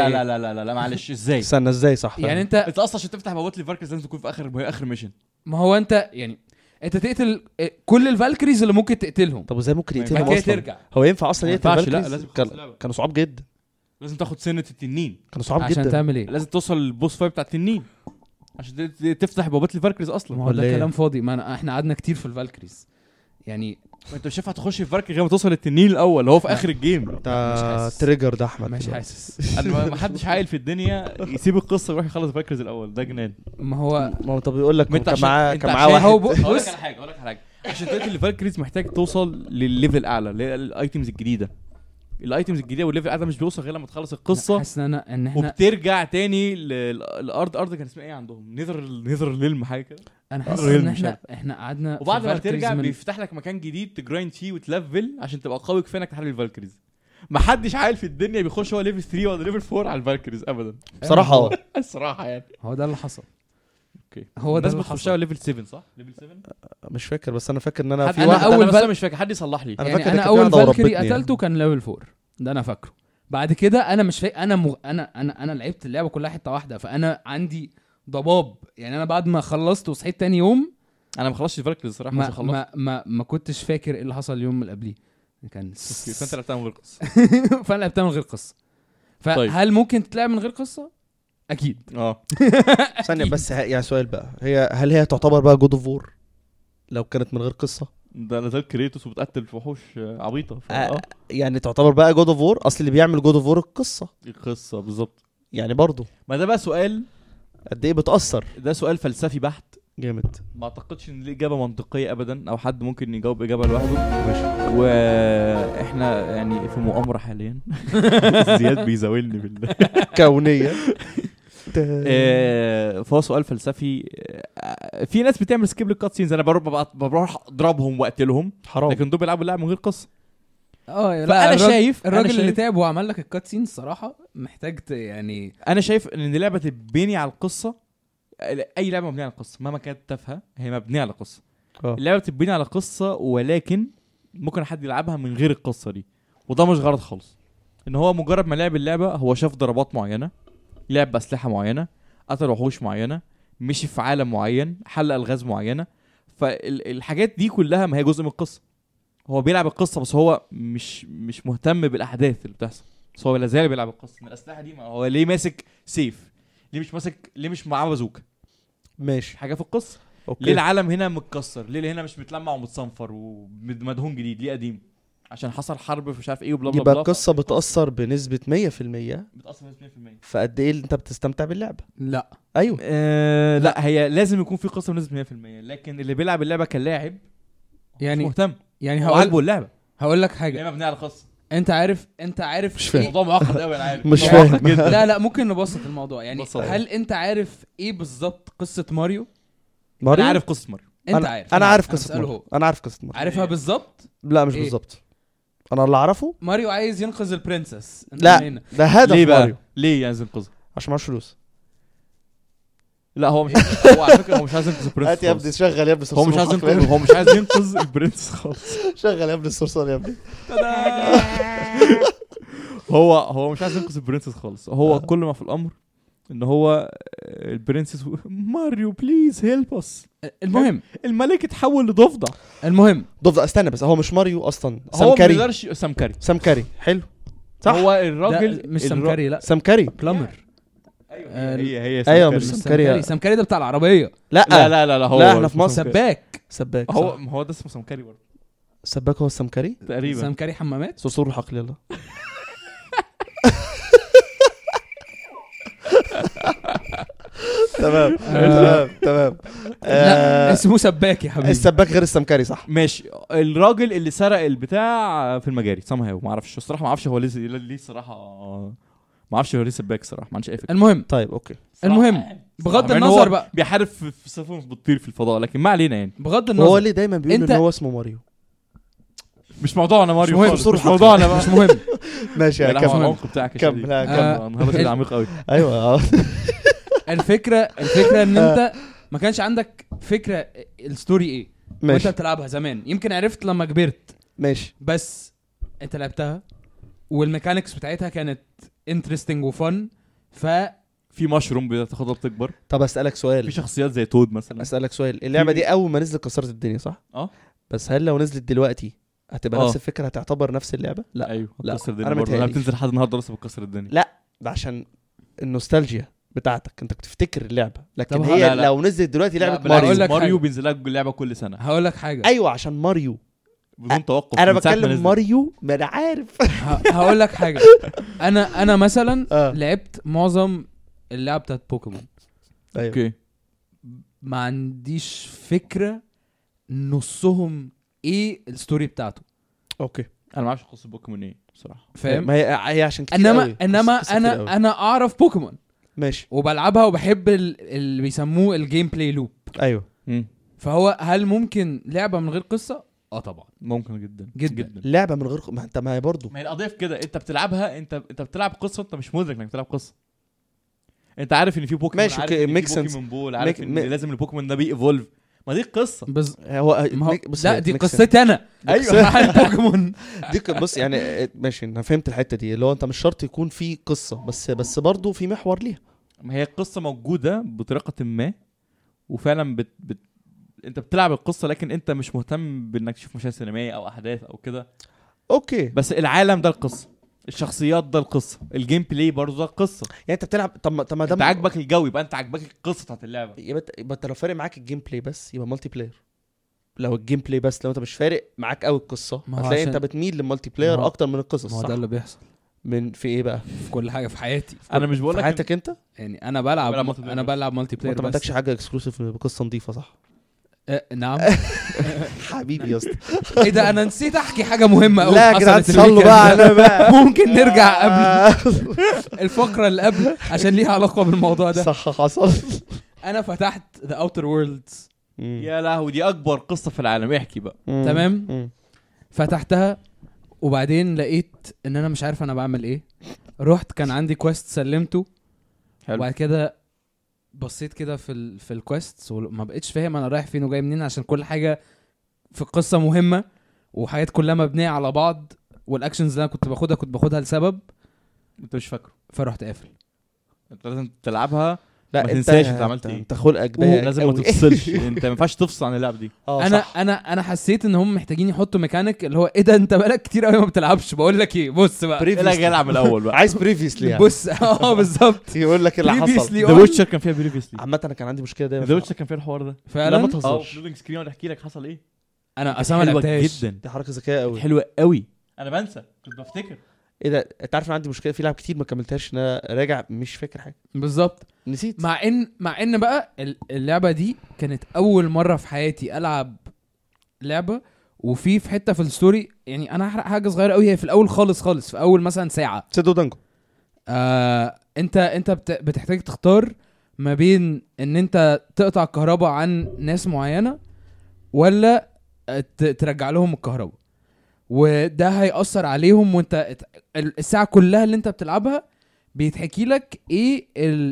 لا معلش. ازاي صح. يعني انت اصلا عشان تفتح بوابات الفالكريز لازم تكون في اخر ميشن. ما هو انت يعني انت تقتل كل الفالكريز اللي ممكن تقتلهم. طب ازاي ممكن يقتلهم اصلا؟ ترجع. هو ينفع اصلا يقتل الفالكريز؟ لازم كانوا صعاب جدا. لازم تاخد سنة التنين. كانوا صعاب جدا. عشان تعمل ايه؟ لازم توصل للبوس فايت بتاع التنين عشان تفتح بوابات الفالكريز اصلا. ما هو ده كلام فاضي. ما احنا قعدنا كتير في الفالكريز يعني. انت مش هينفع تخش في الفالكريز غير ما توصل للتنين الاول هو في اخر الجيم. تريجر ده احمد مش حاسس. ما حدش عايل في الدنيا يسيب القصه ويروح يخلص الفالكريز الاول. ده جنان. ما هو طب بيقول لك كان معاه واحد. اقول لك على حاجه عشان تقتل الفالكريز محتاج توصل للليفل الاعلى اللي هي الايتمز الجديده. الايتمز الجديده والليفل الاعلى مش بيوصل غير لما تخلص القصه. حاسس ان احنا وبترجع تاني الارض كان اسمها ايه عندهم؟ نيذر ليلم حاجه كده. انا حاسس ان احنا قعدنا. وبعد ما ترجع بيفتح لك مكان جديد تجرايند فيه وتلفل عشان تبقى قوي كفايه انك تحارب الفالكريز. ما حدش عايل في الدنيا بيخش هو ليفل 3 ولا ليفل 4 على الفالكريز ابدا بصراحه. الصراحه يعني هو ده اللي حصل. اوكي. هو ده اللي حصل. ليفل 7 صح؟ ليفل 7 مش فاكر. بس انا فاكر ان انا في واحد انا مش فاكر. حد يصلح لي. انا اول فالكري قتلته كان ليفل 4 ده انا فاكره. بعد كده انا مش فاكر. انا لعبت اللعبه كلها حته واحده فانا عندي ضباب. يعني انا بعد ما خلصت وصحيت تاني يوم انا ما خلصتش الفالكريز الصراحه. ما كنتش فاكر ايه اللي حصل اليوم اللي قبليه. كان فانت لعبتها من غير قصه. فانا لعبتها من غير قصه. فهل ممكن تلعب من غير قصه؟ اكيد. ثانيه بس. يعني سؤال بقى. هل هي تعتبر بقى جود اوف وور لو كانت من غير قصه؟ ده نزل كريتوس وبتقتل في وحوش عبيطه. يعني تعتبر بقى جود اوف وور. اصل اللي بيعمل جود اوف وور القصه بالظبط. يعني برضو ما ده بقى سؤال قد ايه بتاثر. ده سؤال فلسفي بحت جامد. ما اعتقدش ان ليه اجابه منطقيه ابدا او حد ممكن يجاوب اجابه لوحده. واحنا يعني في مؤامره حاليا. زياد بيزاولني بالله. كونيه. فهو سؤال فلسفي. في ناس بتعمل سكيب للكات سينز، انا بروح اضربهم واقتلهم، حرام. لكن دول بيلعبوا اللعبه من غير قصه. فانا شايف الراجل اللي تعب وعمل لك الكات سين الصراحه محتاج يعني انا شايف ان اللعبه تبني على القصه. اي لعبه مبنيه على القصه مهما كانت تافهه هي مبنيه على قصه. اللعبه بتبني على قصه، ولكن ممكن حد يلعبها من غير القصه دي، وده مش غلط خالص. ان هو مجرد ما لعب اللعبه هو شاف ضربات معينه، لعب باسلحه معينه، قتل وحوش معينه، مشي في عالم معين، حل الغاز معينه. فالحاجات دي كلها ما هي جزء من القصه. هو بيلعب القصه بس هو مش مهتم بالاحداث اللي بتحصل، بس هو لازال بيلعب القصه. من الاسلحه دي هو ليه ماسك سيف، ليه مش معاه بازوكا، ماشي حاجه في القصه. أوكي. ليه العالم هنا متكسر، ليه هنا مش متلمع ومتصنفر ومدهون جديد، ليه قديم؟ عشان حصل حرب مش عارف ايه وبلا بلا يبقى بلا. القصه بتاثر بنسبه 100%. بتاثر 100%. فقد ايه انت بتستمتع باللعبه؟ لا ايوه. لا هي لازم يكون في قصه بنسبه 100%، لكن اللي بيلعب اللعبه كلاعب يعني مش مهتم، يعني عاجبه اللعبه. هقول لك حاجه، اللعبه مبنيه على قصه. انت عارف مش فاهم. الموضوع معقد قوي انا عارف. مش الموضوع فاهم. معقد جدا. لا ممكن نبسط الموضوع يعني. بسط. هل انت عارف ايه بالظبط قصه ماريو؟ ماريو. انا عارف قصه ماريو. انت عارف. انا عارف قصه بسأله ماريو. هو. انا عارف قصه ماريو. عارفها بالظبط. لا مش إيه؟ بالظبط. انا اللي اعرفه ماريو عايز ينقذ البرنسس. لا ده هدف ليه ماريو. ليه عايز ينقذها؟ عشان معهوش فلوس. لا هو مش هو على فكره هو مش عايز ينقذ البرنسس. هات يا ابني شغل يا ابني هو مش عايز ينقذ، هو مش عايز ينقذ البرنسس خالص. شغل يا ابني الصرصار يا ابني. هو مش عايز ينقذ البرنسس خالص. هو كل ما في الامر ان هو البرنسس ماريو بليز هيلب اس. المهم الملك اتحول لضفدع. المهم ضفدع. استنى بس، هو مش ماريو اصلا. هو ما سمكري. بيقدرش. سمكري حلو صح. هو الراجل مش سمكري، لا سمكري. بلمر. هي ايوه مش مش سمكري. سمكري ده بتاع العربيه. لا لا هو لا احنا في مصر. سباك. سباك. هو ده اسمه سمكري برضه سباك هو السمكري. تقريبا. سمكري حمامات. صرصور الحقل. يلا. تمام تمام. لا اسمه سباك يا حبيبي. السباك غير السمكري صح. ماشي. الراجل اللي سرق البتاع في المجاري سامها، ما اعرفش الصراحه، ما اعرفش هو ليه الصراحه، ما اعرفش هو ليه سباك الصراحه، ما عنديش اي فكره. المهم طيب اوكي. المهم بغض مع إن النظر هو بقى، بيحارب في سفن بتطير في الفضاء، لكن ما علينا يعني. بغض هو النظر ليه دايما بيقول انت- ان هو اسمه ماريو؟ مش موضوعنا ماريو مهم. خالص، صورة مش موضوعنا بقى. مش مهم. ماشي لا، يا هو كمل. العمق بتاعك يا كمل. شريف. لا، كمل. هذا كده عميق قوي. ايوه الفكره ان انت ما كانش عندك فكره الستوري ايه وانت ماشي بتلعبها زمان. يمكن عرفت لما كبرت، ماشي. بس انت لعبتها والميكانيكس بتاعتها كانت انترستنج وفن. في مشروم بتاخدها بتكبر، طب اسالك في سؤال. شخصيات زي تود مثلا. اسالك سؤال. اللعبه دي اول ما نزلت كسرت الدنيا صح؟ بس هل لو نزلت دلوقتي هتبقى نفس الفكره؟ هتعتبر نفس اللعبه؟ لا ايوه لا، بتكسر الدنيا أنا برضه. متهيألي. بتنزل لحد النهارده لسه بتكسر الدنيا. لا ده عشان النوستالجيا بتاعتك، انت بتفتكر اللعبه، لكن طب هي لا، لا. لو نزلت دلوقتي لا، لعبه بالعكس، ماريو. أقول لك ماريو حاجة. بينزل لك اللعبه كل سنه هقول لك حاجه. ايوه عشان ماريو. بدون توقف. انا من ساعة ما بتكلم نزل. ماريو، ما انا عارف. هقول لك حاجه. انا مثلا آه. لعبت معظم اللعب بتاعت بوكيمون. ايوه اوكي. ما عنديش فكره نصهم ايه الستوري بتاعته، اوكي. انا ما اعرفش قصه بوكيمون ايه بصراحه. فاهم؟ ما هي عشان كتير انما قوي. انما قصة كتير قوي. انا اعرف بوكيمون ماشي. وبلعبها وبحب اللي بيسموه الجيم بلاي لوب. ايوه فهو هل ممكن لعبه من غير قصه؟ طبعا ممكن جدا جدا. لعبه من غير ما انت، ما هي برضه ما هي القضيه في كده، انت بتلعبها، انت بتلعب قصه، انت مش مدرك انك بتلعب قصه. انت عارف ان في بوكيمون، ماشي، عارف اوكي، ان ميك في سنس. بوكيمون بول، عارف ان ميك- لازم البوكيمون ده بييفولف. ما دي القصه. هو ما هو بص، لا هي دي ميك قصتي انا. ايوه. مع البوكيمون. دي بص يعني ماشي، انا فهمت الحته دي، اللي هو انت مش شرط يكون في قصه، بس برضه في محور ليها. ما هي القصه موجوده بطريقه ما، وفعلا انت بتلعب القصه، لكن انت مش مهتم بانك تشوف مشاهد سينمائيه او احداث او كده. اوكي. بس العالم ده القصه، الشخصيات ده القصه، الجيم بلاي برضه ده القصه. يعني انت بتلعب، طب ما انت دام عاجبك الجو، يبقى انت عاجبك القصه بتاعت اللعبه. يبقى انت لو فارق معاك الجيم بلاي بس يبقى مالتي بلاير. لو الجيم بلاي بس، لو انت مش فارق معاك قوي القصه، ما هو هتلاقي عشان- انت بتميل للمالتي ما بلاير هو- اكتر من القصص. ما هو صح؟ ده اللي بيحصل من في ايه بقى؟ في كل حاجه في حياتي. انا مش بقول في لك حياتك انت؟ يعني انا بلعب بلعب multiplayer انا بس. بلعب مالتي ما بلاير انت ما بس. عندكش حاجه اكسكلوسيف بقصه نظيفه صح؟ نعم. حبيبي يا اسطى. ايه ده انا نسيت احكي حاجه مهمه قوي. لا يا جدعان صلوا بقى على بقى. ممكن نرجع قبل الفقره اللي قبل عشان ليها علاقه بالموضوع ده. صح حصل. انا فتحت ذا اوتر وورلدز. يا لهوي دي اكبر قصه في العالم، احكي بقى. تمام. فتحتها وبعدين لقيت ان انا مش عارف انا بعمل ايه. رحت كان عندي كويست سلمته. وبعد كده بصيت كده في الكويست وما بقتش فاهم انا رايح فين وجاي منين، عشان كل حاجه في القصه مهمه وحاجات كلها مبنيه على بعض، والاكشنز اللي انا كنت باخدها لسبب انت مش فاكره، فرحت قافل. انت لازم تلعبها. لا ما تنساش انت عملت ايه. انت خلقك ده لازم ما تفصلش. انت ما ينفعش تفصل عن اللعب دي. انا حسيت ان هم محتاجين يحطوا ميكانيك اللي هو ايه ده، انت بقالك كتير قوي ما بتلعبش. بقول لك ايه، بص بقى لا العب من الاول بقى. عايز بريفيسلي يعني. بص بالظبط يقول لك اللي حصل. ذا ويتشر كان فيها بريفيسلي. عامه انا كان عندي مشكله دايما. ذا ويتشر كان فيها الحوار ده فعلا. لا ما تهزرش. لودنج سكرين ولا احكي لك حصل ايه. انا اصلا ما لعبتهاش جدا. دي حركه ذكيه قوي. حلوه قوي. انا بنسى، كنت بفتكر ايه ده. انت عارف انا عندي مشكله في لعب كتير ما كملتهاش، انا راجع مش فاكر حاجه بالظبط. نسيت. مع ان بقى اللعبه دي كانت اول مره في حياتي العب لعبه وفي حته في الستوري. يعني انا هحرق حاجه صغيره قوي، هي في الاول خالص في اول مثلا ساعه. سيدو دانجو. انت بتحتاج تختار ما بين ان انت تقطع الكهرباء عن ناس معينه ولا ترجع لهم الكهرباء، وده هيأثر عليهم. وانت الساعه كلها اللي انت بتلعبها بيتحكي لك ايه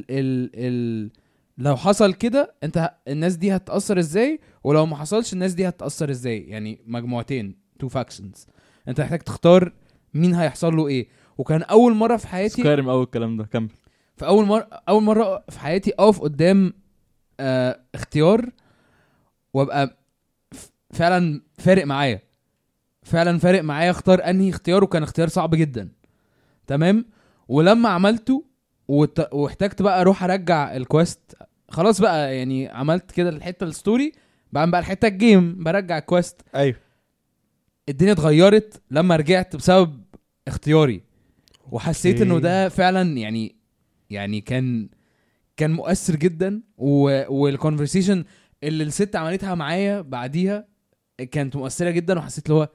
لو حصل كده انت الناس دي هتأثر ازاي، ولو ما حصلش الناس دي هتأثر ازاي. يعني مجموعتين، تو فاكشنز، انت محتاج تختار مين هيحصل له ايه. وكان اول مره في حياتي سكارم اول الكلام ده. كمل. في اول مره في حياتي اقف قدام اختيار وابقى فعلا فارق معايا اختار انهي اختيار، وكان اختيار صعب جدا. تمام. ولما عملته واحتاجت بقى اروح ارجع الكويست، خلاص بقى يعني عملت كده الحته الستوري، بعمل بقى الحته الجيم برجع الكويست. ايوه. الدنيا اتغيرت لما رجعت بسبب اختياري، وحسيت انه ده فعلا يعني كان مؤثر جدا. والكونفرسيشن اللي الست عملتها معايا بعديها كانت مؤثره جدا، وحسيت اللي هو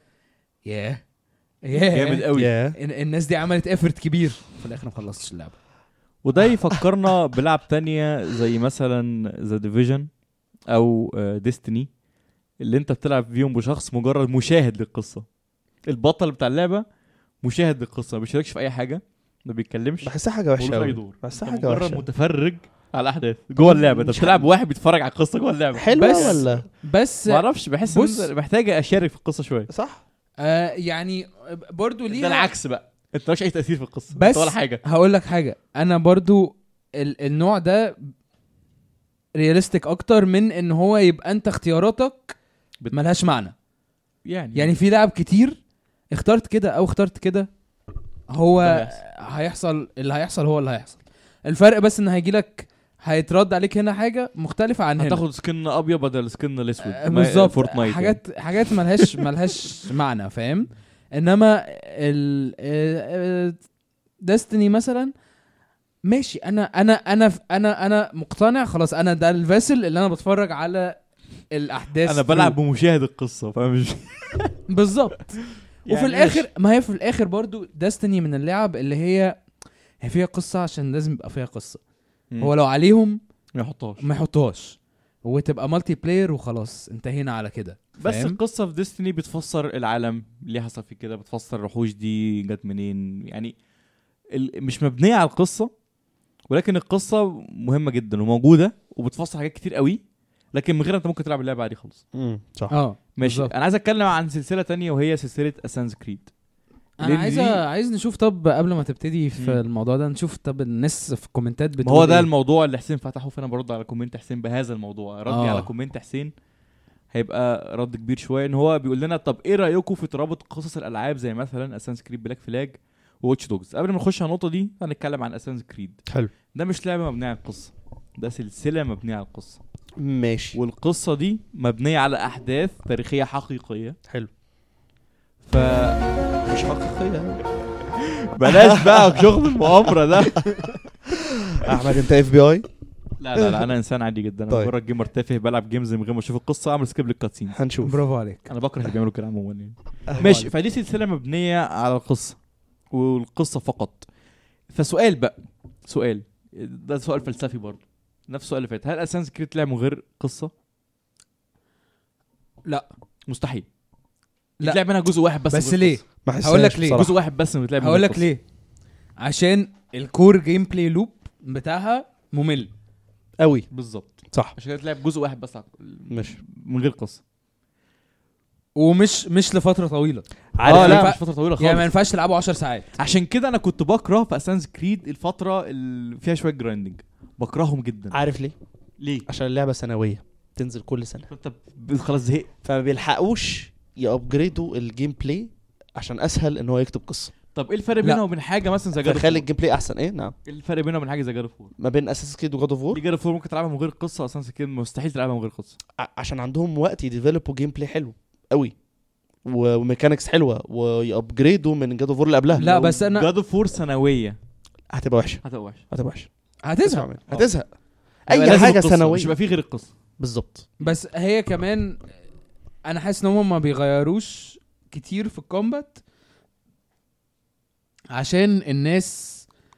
جامد قوي. الناس دي عملت افورت كبير. في الاخر ما خلصتش اللعبه. وده يفكرنا بلعب تانية زي مثلا ذا ديفيجن او ديستني، اللي انت بتلعب فيهم بشخص مجرد مشاهد للقصه. البطل بتاع اللعبه مشاهد للقصه، ما بيشاركش في اي حاجه، ما بيتكلمش، بحسها حاجه وحشه قوي. بحسها حاجه وحشه. مجرد متفرج على احداث جوه اللعبه. انت بتلعب واحد بيتفرج على القصه جوه اللعبه. حلوه ولا بس ما اعرفش، بحس ان محتاجه اشارك في القصه شويه. صح. يعني برضو ليها ده العكس بقى، انت مش اي تاثير في القصه بس ولا حاجه. هقول لك حاجه، انا برضو النوع ده رياليستيك اكتر من ان هو يبقى انت اختياراتك ملهاش معنى. يعني في لعب كتير اخترت كده او اخترت كده، هو هيحصل اللي هيحصل هو اللي هيحصل. الفرق بس ان هيترد عليك هنا حاجه مختلفه عن هنا. هتاخد سكن ابيض بدل سكن الاسود. بالظبط. فورتنايت حاجات ملهاش معنى، فاهم؟ انما ديستني مثلا ماشي. انا مقتنع خلاص. انا ده الفاسل اللي انا بتفرج على الاحداث. انا بلعب بمشاهد القصه، فاهم؟ بالظبط. وفي الاخر ما هي في الاخر برضو ديستني من اللعب اللي هي فيها قصه عشان لازم يبقى فيها قصه. هو لو عليهم ما يحطوهاش وتبقى مالتي بلاير وخلاص انتهينا على كده. بس القصه في ديستني بتفسر العالم اللي حصل فيه كده، بتفسر الوحوش دي جت منين. يعني مش مبنيه على القصه، ولكن القصه مهمه جدا وموجوده وبتفسر حاجات كتير قوي، لكن من غيرها انت ممكن تلعب اللعبه عادي خالص. صح. ماشي بالزبط. انا عايز اتكلم عن سلسله تانية وهي سلسله اسانز كريد. انا عايز نشوف. طب قبل ما تبتدي في الموضوع ده نشوف طب الناس في الكومنتات بتقول هو ده الموضوع اللي حسين فتحه، فانا برد على كومنت حسين بهذا الموضوع. ردي على كومنت حسين هيبقى رد كبير شويه، ان هو بيقول لنا طب ايه رايكم في ترابط قصص الالعاب زي مثلا اسانز كريد بلاك فلاج وواتش دوجز. قبل ما نخش على النقطه دي هنتكلم عن اسانز كريد. حلو. ده مش لعبه مبنيه على القصه، ده سلسله مبنيه على القصه. ماشي. والقصه دي مبنيه على احداث تاريخيه حقيقيه. حلو. مش حقيقيه. بلاش بقى شغل المؤامره ده. احمد انت FBI؟ لا انا انسان عادي جدا. انا طيب. مجرد جيمر تافه بلعب جيمز من غير ما اشوف القصه، اعمل سكيب للكاتسين. هنشوف. برافو عليك. انا بكره اللي بيعملوا كده عموما يعني. ماشي، فدي سلسله مبنيه على القصه والقصه فقط. فسؤال بقى، سؤال ده سؤال فلسفي برضه، نفس السؤال اللي فات. هل اساسن كريد لعب من غير قصه؟ لا مستحيل. لا. يتلعب منها جزء واحد بس. بس ليه؟ ما حسهاش هقول لك ليه. بصراحة. جزء واحد بس اللي بيتلعب من هقول غير لك قصة. ليه. عشان الكور جيم بلاي لوب بتاعها ممل قوي. بالظبط، صح. عشان كده تلعب جزء واحد بس مش من غير قصه. ومش لفتره طويله. عارف لا ليه؟ مش فتره طويله خالص. يعني ما ينفعش تلعبه 10 ساعات. عشان كده انا كنت بكره في اساسن كريد الفتره اللي فيها شويه جرايندنج، بكرههم جدا. عارف ليه؟ ليه؟ عشان اللعبه سنويه تنزل كل سنه، انت خلاص زهقت، فما بيلحقوش يابجريدوا الجيم بلاي عشان اسهل ان هو يكتب قصه. طب ايه الفرق لا. بينها وبين حاجه مثلا زي جاد فخلي الجيم بلاي احسن. ايه نعم. ايه الفرق بينها وبين حاجه زي جاد اوف وور؟ ما بين اساس كريد وجاد اوف دي وور جاد اوف وور ممكن تلعبها من غير قصه، اساسن كريد مستحيل تلعبها من غير قصه. عشان عندهم وقت يديفلوبوا جيم بلاي حلو قوي وميكانكس حلوه ويابجريدوا من جاد اوف وور اللي قبلها. لا بس انا جاد اوف وور سنويه هتبقى وحشه. هتبقى وحشه. هتبقى وحشه. هتزهق. هتزهق. يبقى اي لازم حاجه القصة، سنويه مش هيبقى فيه غير القصه. بالظبط. بس هي كمان انا حاسس ان هم ما بيغيروش كتير في الكومبات عشان الناس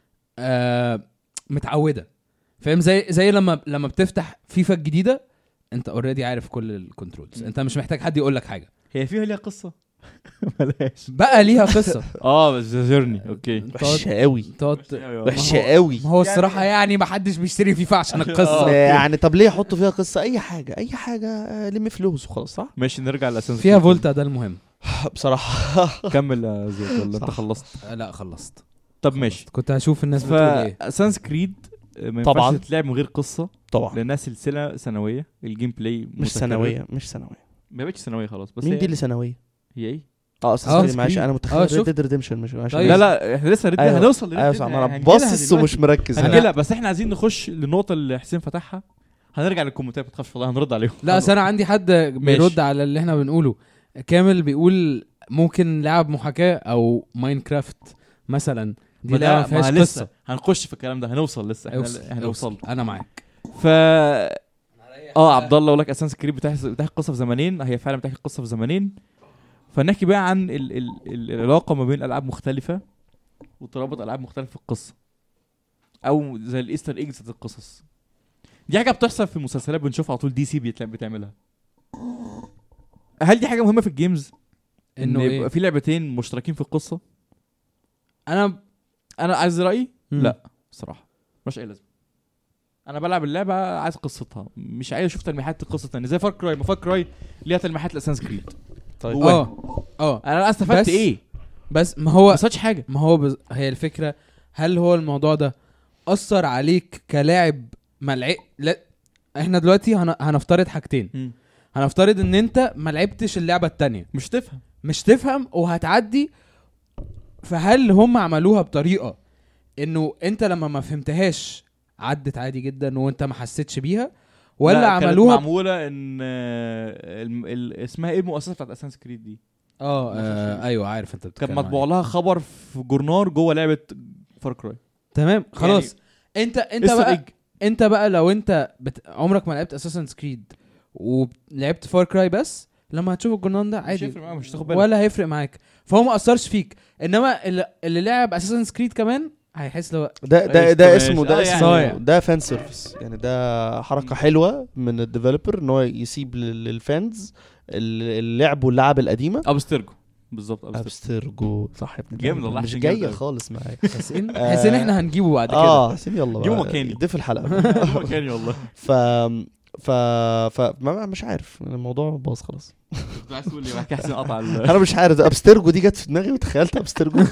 متعوده. فاهم؟ زي لما بتفتح فيفا الجديده انت اوريدي عارف كل الكنترولز، انت مش محتاج حد يقول لك حاجه. هي فيها ليها قصه؟ بلاش. بقى ليها قصه. بس جيرني اوكي. وحشه قوي. تقعد وحشه قوي. ما هو الصراحه يعني ما حدش بيشتري فيفا عشان القصه. يعني طب ليه يحطوا فيها قصه؟ اي حاجه لم فلوس وخلاص. صح. ماشي نرجع لاساسن فيها فولتا ده المهم. بصراحه كمل يا زياد ولا انت صح. خلصت؟ لا خلصت. طب ماشي. كنت هشوف الناس بتقول ايه. فاساسن كريد ما طبعاً. ينفعش تلعب من غير قصه طبعا لانها سلسله سنويه. الجيم بلاي مش سنويه. مش سنويه. ما بقتش سنويه خلاص. بس مين هي- دي اللي سنويه؟ هي ايه؟ اساسا معلش انا متخيل ريد شفت. ديد ريديمشن مش عشان طيب. لا احنا لسه أيوة. هنوصل ايوه صح. ما انا هنجيلها باصص دلوقتي. ومش مركز. هنجيلها، بس احنا عايزين نخش للنقطه اللي حسين فتحها. هنرجع للكومنتات، ما تخافش والله هنرد عليهم. لا اصل انا عندي حد بيرد على اللي احنا بنقوله. كامل بيقول ممكن لعب محاكاة او ماينكرافت مثلا، دي ما لعبة ده- فيهاش ما قصة. لسه هنخش في الكلام ده، هنوصل لسه هنوصل. انا معاك. ف عبد الله اقول لك اساسن كريد بتحكي القصه في زمانين. هي فعلا بتحكي القصه في زمانين. فنحكي بقى عن العلاقه ما بين العاب مختلفه وترابط العاب مختلفه في القصه، او زي الايستر ايجز في القصص. دي حاجه بتحصل في المسلسلات بنشوفها على طول. دي سي بتعملها. هل دي حاجه مهمه في الجيمز انه ان ايه؟ يبقى في لعبتين مشتركين في القصه؟ انا عايز رايي مم. لا صراحه مش اي لازمه. انا بلعب اللعبه عايز قصتها، مش عايز اشوف تلميحات القصه الثانيه زي فار كراي. ما فار كراي ليها تلميحات لاساسن كريد. طيب انا استفدت بس- ايه؟ بس ما هو ما استفدتش حاجه. ما هو هي الفكرة. هل هو الموضوع ده اثر عليك كلاعب لا احنا دلوقتي هنفترض حاجتين. هنفترض ان انت ما لعبتش اللعبة التانية، مش تفهم وهتعدي. فهل هم عملوها بطريقة انه انت لما ما فهمتهاش عدت عادي جدا وانت ما حسيتش بيها، ولا لا، كانت عملوها معموله ان اسمها ايه المؤسسه بتاعت اساسن كريد دي؟ ايوه عارف انت كان بتتكلم مطبوع عليه. لها خبر في جورنال جوه لعبه فار كراي. تمام خلاص. انت بقى إج. انت بقى لو انت عمرك ما لعبت اساسن كريد ولعبت فار كراي، بس لما هتشوف الجرنان ده مش عادي هيفرق معاك، مش هتاخد بالك. ولا هيفرق معاك، فهو ما اثرش فيك. انما اللي لعب اساسن كريد كمان هيحس لو ده اسمه ده يعني اسمه ده فان سيرفيس. يعني ده حركه حلوه من الديفلوبر ان هو يسيب للفانز اللعب واللعب القديمه. ابسترجو بالظبط. ابسترجو صح يا ابني. جامد والله، مش حسين جايه جامد. خالص معايا. حاسين احنا هنجيبه بعد كده. حسين يلا جيبه بقى. مكاني. ده في الحلقه. مكاني والله. مش عارف الموضوع باظ خلاص. كنت عايز تقول لي بحكي حسين قطع انا مش عارف. ابسترجو دي جت في دماغي وتخيلت ابسترجو.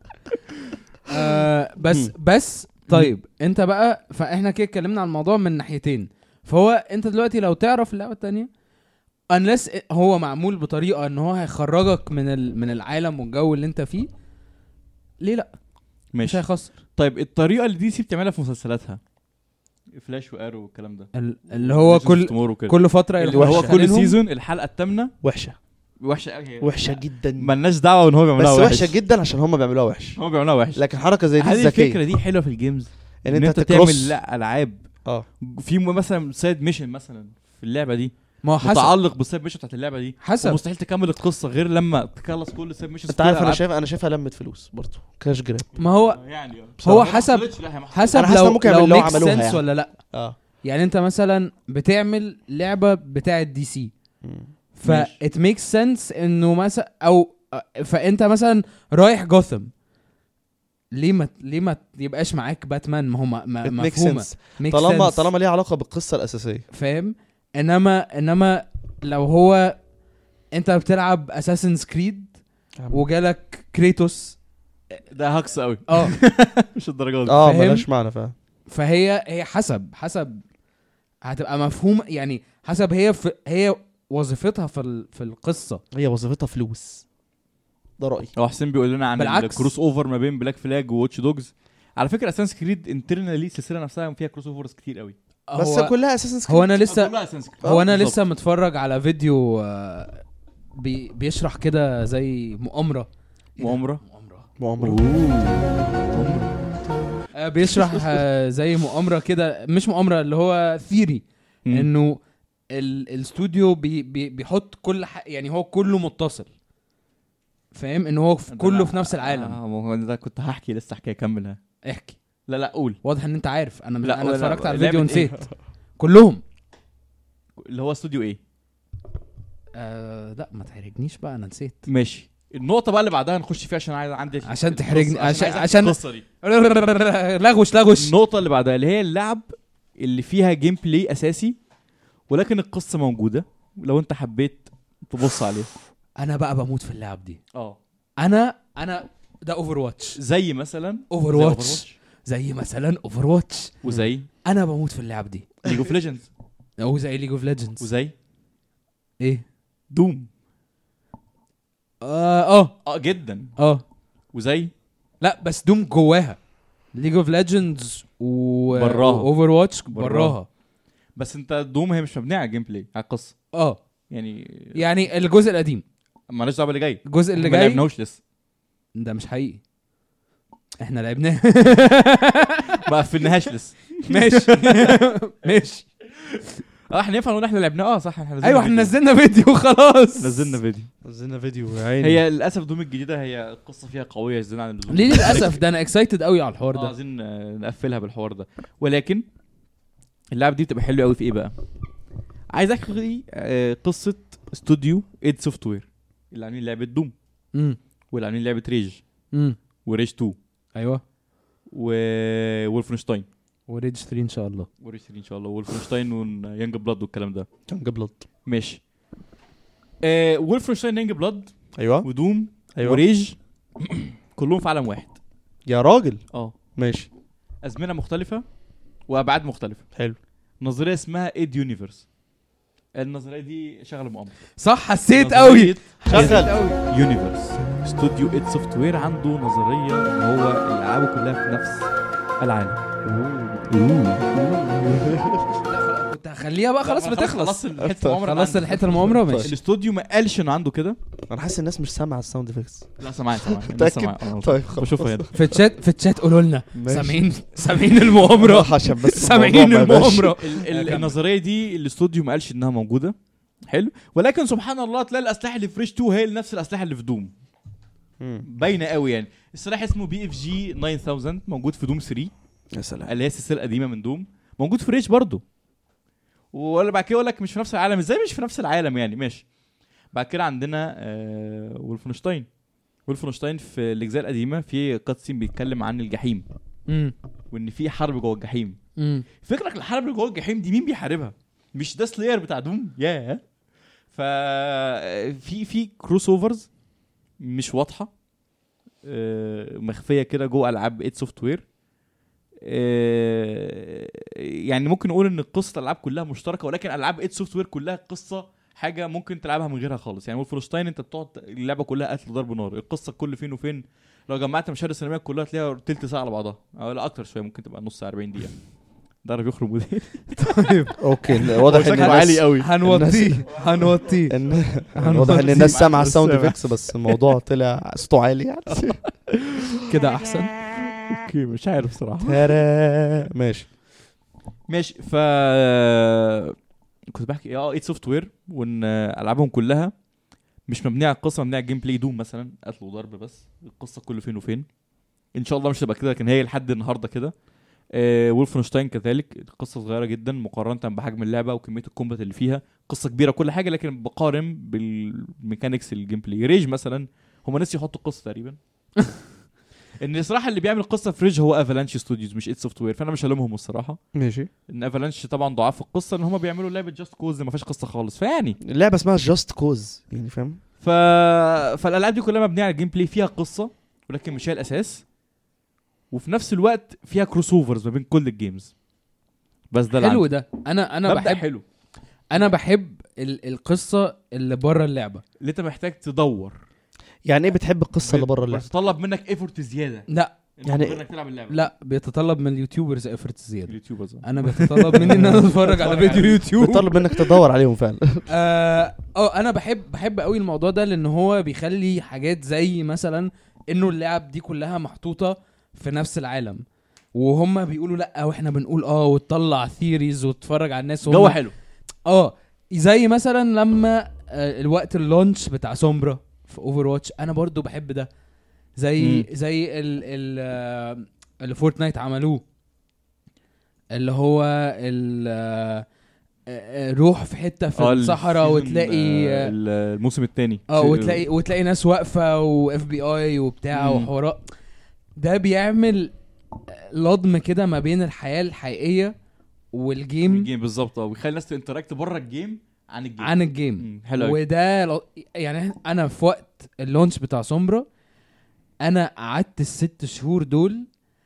بس طيب انت بقى فاحنا كده اتكلمنا عن الموضوع من ناحيتين. فهو انت دلوقتي لو تعرف اللعبه التانية unless هو معمول بطريقه ان هو هيخرجك من العالم والجو اللي انت فيه، ليه لا؟ مش ماشي. هيخسر. طيب الطريقه اللي دي سي بتعملها في مسلسلاتها فلاش وارو والكلام ده اللي هو كل فتره اللي هو كل يدخلينهم. سيزون الحلقه الثامنه وحشه وحشه جدا. مالناش دعوه ان هو بيعملها بس وحش. وحشه جدا عشان هم بيعملوها وحش. هو بيعملها وحش. لكن حركه زي دي هذه ذكيه. الفكره دي حلوه في الجيمز ان ان انت انت تعمل تكروس. العاب في مثلا سايد ميشن مثلا في اللعبه دي ما هو حسب متعلق بالسايد ميشن بتاعت اللعبه دي، حسب مستحيل تكمل القصه غير لما تخلص كل سايد ميشن. انت عارف انا شايفها لمت فلوس برضه كاش جراب. ما هو يعني هو حسب لو ميك سنس ولا لا. يعني انت مثلا بتعمل لعبه بتاعه دي سي فات ميك سنس انه مثلا او فانت مثلا رايح جوثم ليه ما يبقاش معاك باتمان؟ ما هو مفهومه طالما ليه علاقه بالقصه الاساسيه، فاهم؟ انما لو هو انت بتلعب اساسنز كريد وجالك كريتوس ده هكس قوي مش الدرجه دي مالهاش معنى فاهم. فهي حسب هتبقى مفهوم يعني، حسب هي وظيفتها في القصه، هي وظيفتها فلوس. ده رأيي. حسين بيقول لنا عن الكروس اوفر ما بين بلاك فلاج وواتش دوجز. على فكره اساسنس كريد انترنالي السلسله نفسها فيها كروس اوفرز كتير قوي، بس كلها اساسنس كريد. هو انا لسه متفرج على فيديو بيشرح كده زي مؤامره بيشرح زي مؤامره كده، مش مؤامره، اللي هو ثيري انه الاستوديو بيحط كل يعني هو كله متصل، فاهم؟ ان هو كله في نفس العالم. هو ده كنت هحكي لسه حكايه كملها. احكي. لا قول. واضح ان انت عارف. انا اتفرجت على الفيديو ونسيت كلهم. اللي هو استوديو ايه؟ لا ما تحرجنيش بقى، انا نسيت. ماشي. النقطه بقى اللي بعدها نخش فيها عشان تحرجني عشان القصه دي لغوش. النقطه اللي بعدها اللي هي اللعب اللي فيها جيم بلاي اساسي ولكن القصه موجوده لو انت حبيت تبص عليها. انا بقى بموت في اللعب دي. انا ده اوفر واتش. زي مثلا اوفر واتش. زي مثلا اوفر واتش. وزي انا بموت في اللعب دي. ليج اوف ليجندز. او زي ليج اوف ليجندز. وزي ايه دوم. جدا. وزي لا بس دوم جواها ليج اوف ليجندز براها. اوفر واتش براها. بس انت دوم هي مش مبنيه على الجيم بلاي، على القصه. يعني الجزء القديم مالناش دعوه باللي جاي. الجزء اللي جاي ما لعبناهوش لسه. ده مش حقيقي، احنا لعبناه ما قفلناهاش لسه. ماشي احنا ينفع نقول احنا لعبناه. صح ايوه احنا نزلنا فيديو خلاص. نزلنا فيديو يا عيني. هي للاسف دوم الجديده هي القصه فيها قويه زياده عن اللزوم. ليه للاسف؟ ده انا اكسايتد قوي على الحوار ده. عايزين نقفلها بالحوار ده. ولكن اللعبه دي بتبقى حلوه قوي في ايه بقى؟ عايز احكي قصه استوديو ايد سوفت وير اللي عاملين لعبه دوم واللي عاملين لعبه ريج وريج 2 ايوه وولفنشتاين وريج 3 ان شاء الله. وولفنشتاين ويانج بلاد والكلام ده. يانج بلاد ماشي. وولفنشتاين يانج بلاد ايوه ودوم وريج كلهم في عالم واحد يا راجل. ماشي. ازمنه مختلفه وابعاد مختلفه. حلو. نظريه اسمها ايد يونيفرس. النظريه دي شغله مؤامره. صح حسيت قوي. شغل يونيفرس. استوديو ايد سوفت وير عنده نظريه ان هو الالعاب كلها في نفس العالم. كنت هخليها بقى خلاص بتخلص. خلاص الحته المؤامره ماشي. الاستوديو ما قالش انه عنده كده. انا حاسس الناس مش سامعه الساوند افكتس. لا سامعين. طيب بشوفها هنا في الشات قولوا لنا سامعين المؤامره عشان بس سامعين المؤامره. النظريه دي الاستوديو ما قالش انها موجوده. حلو. ولكن سبحان الله تلاقي الاسلحه اللي في ريش 2 هي نفس الاسلحه اللي في دوم. باينه قوي يعني. السلاح اسمه BFG 9000 موجود في دوم 3. يا سلام. اللي هي السلسله القديمه من دوم موجود في ريش برضو. ولا بعد كده يقول لك مش في نفس العالم. ازاي مش في نفس العالم يعني؟ ماشي. بعد كده عندنا وولفنشتاين في الاجزاء القديمه في كاتسين بيتكلم عن الجحيم وان في حرب جوه الجحيم. فكرك الحرب اللي جوه الجحيم دي مين بيحاربها؟ مش ده سلاير بتاع دوم؟ في كروس اوفرز مش واضحه مخفيه كده جوه العاب ايد سوفت وير. يعني ممكن نقول ان قصه الالعاب كلها مشتركه ولكن العاب ايد سوفت وير كلها قصه حاجه ممكن تلعبها من غيرها خالص. يعني وولفنشتاين انت بتقعد اللعبه كلها قتل ضرب نار. القصه كل فين وفين لو جمعت مشاهد السينمائيه كلها تلاقيها تلت ساعه على بعضها او لا اكتر شويه. ممكن تبقى نص ساعه 40 دقيقه. ده بيخرج مدير. طيب اوكي. واضح ان عالي قوي. هنوطيه واضح ان الناس سامعه الساوند افكتس بس الموضوع طلع صوته عالي يعني. كده احسن. اوكي مش عارف صراحه. ماشي. ماشي. كنت بحكي ايد سوفت وير وان العابهم كلها مش مبنيه على القصه، مبنيه على الجيم بلاي. دوم مثلا قتل وضرب بس، القصه كله فين وفين. ان شاء الله مش هتبقى كده، لكن هي لحد النهارده كده. وولفنشتاين كذلك، القصه صغيره جدا مقارنه بحجم اللعبه وكميه الكومبات اللي فيها. قصه كبيره كل حاجه، لكن بقارن بالميكانيكس الجيم بلاي. ريج مثلا هم ناس يحطوا قصه تقريبا. ان الصراحه اللي بيعمل قصه في ريج هو افالانش ستوديوز مش ايد سوفت وير، فانا مش هلومهم الصراحه. ماشي. ان افالانش طبعا ضعاف في القصه، ان هم بيعملوا لعبه جاست كوز ما فيهاش قصه خالص، فيعني اللعبه اسمها جاست كوز يعني، فاهم؟ فالالعاب دي كلها مبنيه على الجيم بلاي، فيها قصه ولكن مش هي الاساس، وفي نفس الوقت فيها كروس اوفرز ما بين كل الجيمز. بس ده حلو ده. انا بحب حلو. انا بحب القصه اللي بره اللعبه، اللي انت محتاج تدور. يعني ايه بتحب القصه اللي بره اللعبه؟ بتطلب منك ايفورت زياده. لا يعني انك تلعب اللعبه. لا، بيتطلب من اليوتيوبرز افورت زياده. اليوتيوبرز انا بيتطلب مني ان انا اتفرج على فيديو يوتيوب. بيطلب منك تدور عليهم فعلا. انا بحب قوي الموضوع ده، لان هو بيخلي حاجات زي مثلا انه اللعب دي كلها محطوطه في نفس العالم، وهم بيقولوا لا واحنا بنقول وتطلع ثيريز وتتفرج على الناس. جو حلو. زي مثلا لما الوقت اللونش بتاع سومبرا في اوفر واتش، انا برضو بحب ده. زي اللي فورتنايت عملوه، اللي هو روح في حته في الصحراء وتلاقي الموسم الثاني وتلاقي ناس واقفه واف بي اي وبتاع وحوارات. ده بيعمل لضم كده ما بين الحياه الحقيقيه والجيم بالظبط. ويخلي الناس تنتراكت بره الجيم عن الجيم. حلو. وده يعني انا في وقت اللونش بتاع سومبرا انا قعدت 6 شهور دول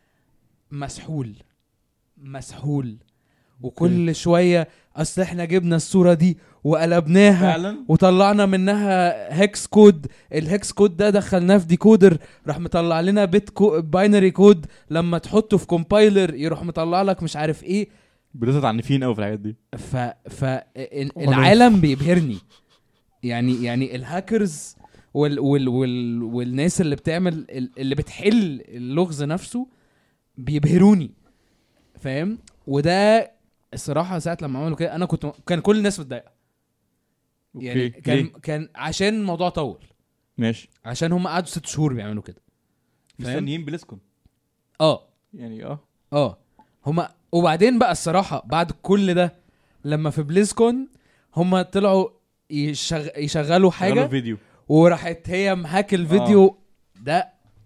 مسحول وكل شويه اصل احنا جبنا الصوره دي وقلبناها فعلا. وطلعنا منها هيكس كود. الهيكس كود ده دخلناه في ديكودر، راح مطلع لنا باينري كود، لما تحطه في كومبايلر يروح مطلع لك مش عارف ايه. بلوتات عنيفين قوي في الحاجات دي. العالم بيبهرني يعني الهاكرز والناس اللي بتعمل اللي بتحل اللغز نفسه بيبهروني، فاهم؟ وده الصراحه ساعه لما عملوا كده انا كان كل الناس متضايقه يعني. كان عشان الموضوع طول. ماشي. عشان هم قعدوا 6 شهور بيعملوا كده مستنيين بلسكون. يعني هم. وبعدين بقى الصراحه بعد كل ده لما في بليزكون هم طلعوا يشغلوا حاجه فيديو، وراحت هي مهاك الفيديو ده.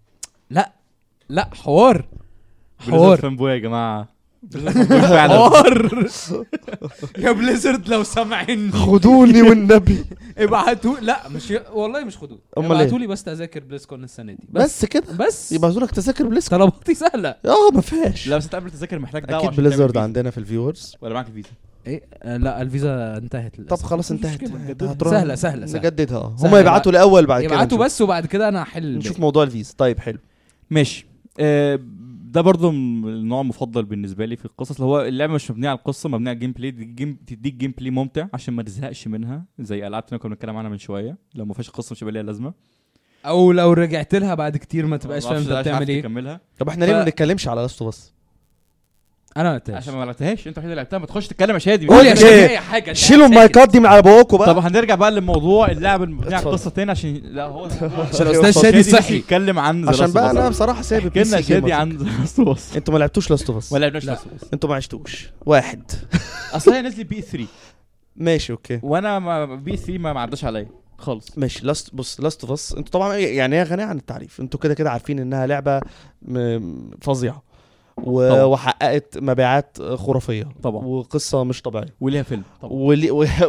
لا حوار فان بوي يا جماعه. حوار. يا بليزرد لو سامعين خدوني والنبي ابعتوا. لا مش والله مش خدوني، ابعتوا لي بس تذاكر بليزكون السنه دي بس كده. بس يبعتوا لك تذاكر بليزكون. طلباتي سهله. ما فيهاش. لا بس تعمل تذاكر محتاج دعوه. اكيد بليزرد عندنا في الفيورز. ولا معاك الفيزا؟ ايه لا الفيزا انتهت طب خلاص انتهت. سهله نجددها. هم يبعتوا الاول بعد كده يبعتوا بس وبعد كده انا هحل نشوف موضوع الفيزا. طيب حلو ماشي. ده برضو النوع المفضل بالنسبه لي في القصص، اللي هو اللعبه مش مبنيه على القصه، مبنيه على الجيم بلاي. تديك جيم بلاي ممتع عشان ما تزهقش منها، زي العاب تانية كنا بنتكلم عنها من شويه. لو ما فيهاش قصه مش هيبقى ليها لازمه، او لو رجعت لها بعد كتير ما تبقاش فاهم انت بتعمل ايه. تكملها. طب احنا ليه ما نتكلمش على لاست اوف اس؟ انا ما لعبتهاش عشان ما لعبتهاش. انت الوحيد اللي لعبتها، ما تخش تتكلم يا شادي. قول يا شادي حاجه. شيلوا المايكات دي من على بوقكم بقى. طب هنرجع بقى للموضوع اللعب المبنيه على القصه تاني، عشان لا هو عشان الاستاذ شادي صحي يتكلم عن عشان بقى انا بصراحه سايب كنا شادي عن لاست اوف اس. انتوا ما لعبتوش لاست اوف اس؟ ما لعبناش لاست اوف اس. انتوا ما عشتوش واحد. اصل هي نزلت بي 3 ماشي اوكي، وانا بي 3 ما عداش عليا خالص. ماشي. لاست اوف اس انتوا طبعا يعني هي غنيه عن التعريف. انتوا كده عارفين انها لعبه فظيعه وحققت مبيعات خرافيه طبعا، وقصه مش طبيعيه، وليها فيلم طبعا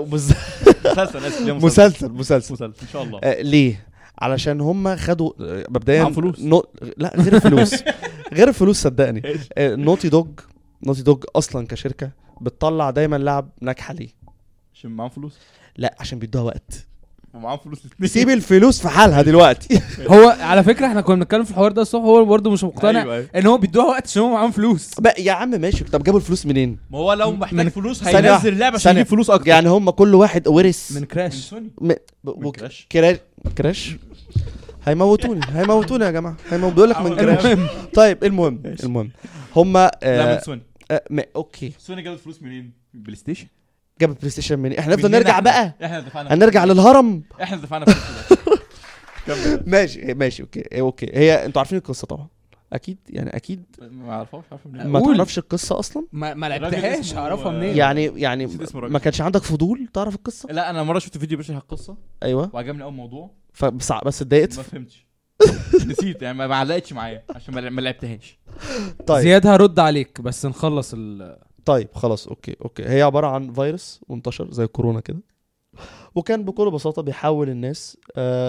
مسلسل ان شاء الله. ليه؟ علشان هم خدوا مبدئيا فلوس. لا غير الفلوس. غير الفلوس صدقني. نوتي دوج اصلا كشركه بتطلع دايما لعب ناجحه. ليه؟ عشان معاهم فلوس؟ لا عشان بيدوها وقت. ومعاهم فلوس. سيب الفلوس في حالها دلوقتي. هو على فكره احنا كنا بنتكلم في الحوار ده الصبح، هو برضه مش مقتنع أيوة. ان هو بيدوها وقت عشان هو معاهم فلوس. يا عم ماشي. طب جابوا الفلوس منين؟ ما هو لو محتاج فلوس هينزل اللعبه عشان يجيب فلوس اكتر. يعني هم كل واحد ورث من كراش. كراش. هيموتوني يا جماعه. بيقول لك من كراش. طيب المهم هم لا من سوني. اوكي سوني جابت فلوس منين؟ بلاي ستيشن. جابت بلاي ستيشن منين؟ احنا نفضل مننا نرجع إحنا. بقى احنا دفعنا هنرجع للهرم. احنا دفعنا فلوس كمل. ماشي اوكي هي انتوا عارفين القصه طبعا اكيد يعني اكيد ما اعرفش منين. ما قول. تعرفش القصه اصلا ما الراجل لعبتهاش اسمه، اعرفها منين؟ يعني نسيت اسمه الراجل. ما كانش عندك فضول تعرف القصه؟ لا انا مره شفت فيديو بيشرح القصه ايوه وعجبني اول موضوع بس اتضايقت. ما فهمتش نسيت يعني ما علقتش معايا عشان ما لعبتهاش. طيب زياد هرد عليك بس نخلص طيب خلاص اوكي هي عباره عن فيروس وانتشر زي كورونا كده وكان بكل بساطه بيحول الناس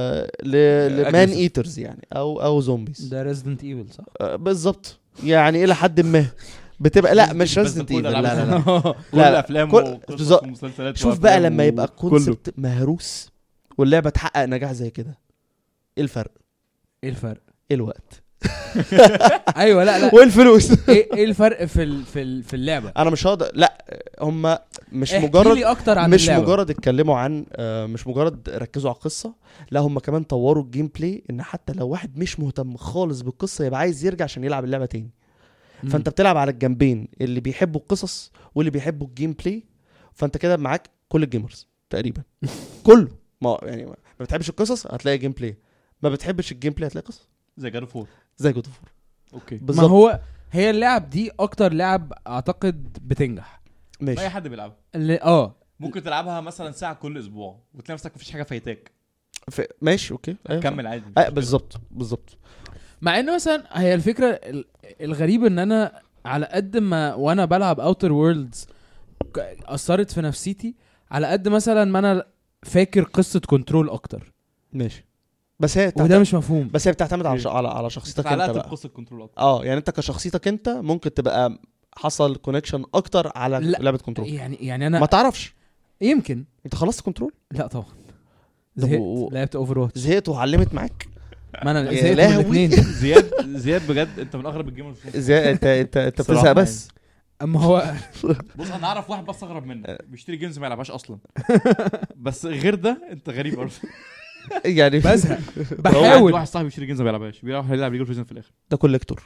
لمان ايترز يعني او زومبيز. ده ريزيدنت ايفل صح؟ بالظبط يعني الى حد ما بتبقى لا مش ريزيدنت ايفل لا كل افلام بالظبط. ومسلسلات شوف بقى لما يبقى الكونسبت مهروس واللعبه تحقق نجاح زي كده ايه الفرق؟ ايه الفرق؟ ايه الوقت ايوه لا والفلوس ايه الفرق في اللعبه؟ انا مش هقدر لا هم مش احكي مجرد لي اكتر عن مش اللعبة. مجرد اتكلموا عن مش مجرد ركزوا على القصه لا هم كمان طوروا الجيم بلاي ان حتى لو واحد مش مهتم خالص بالقصه يبقى عايز يرجع عشان يلعب اللعبه تاني. فانت بتلعب على الجنبين اللي بيحبوا القصص واللي بيحبوا الجيم بلاي فانت كده معاك كل الجيمرز تقريبا كله ما يعني ما بتحبش القصص هتلاقي جيم بلاي ما بتحبش الجيم بلاي هتلاقي قصص زي جاد فور زي جود فور. اوكي ما بالظبط هو هي اللعب دي اكتر لعب اعتقد بتنجح اي ماشي حد بيلعبها اللي ممكن تلعبها مثلا ساعه كل اسبوع وتلاقي نفسك مفيش حاجه فايتاك ماشي اوكي كمل عادي بالظبط مع انه مثلا هي الفكره الغريبه ان انا على قد ما وانا بلعب اوتر وورلدز اثرت في نفسيتي على قد مثلا ما انا فاكر قصه كنترول اكتر ماشي بس هي وده مش مفهوم. بس هي بتعتمد على شخصيتك انت بقى. قصه كنترول يعني انت كشخصيتك انت ممكن تبقى حصل كونكشن اكتر على لعبه كنترول. يعني انا ما تعرفش يمكن انت خلصت كنترول؟ لا طبعا زهقت لعبت اوفر واتش زهقت وعلمت معاك ما انا يا زهقت من لهوي. الاثنين. زياد بجد انت من اغرب الجيمرز زهقت انت صراحة بتزهق بس اما هو بص انا اعرف واحد بس اغرب منك بيشتري جيمز ما يلعبهاش اصلا بس غير ده انت غريب برضه يعني بزهق عندي بحاول واحد صاحبي بيشتري جيمز ما يلعبهاش بيروح يلعب ليج اوف ليجندز في الاخر ده كوليكتور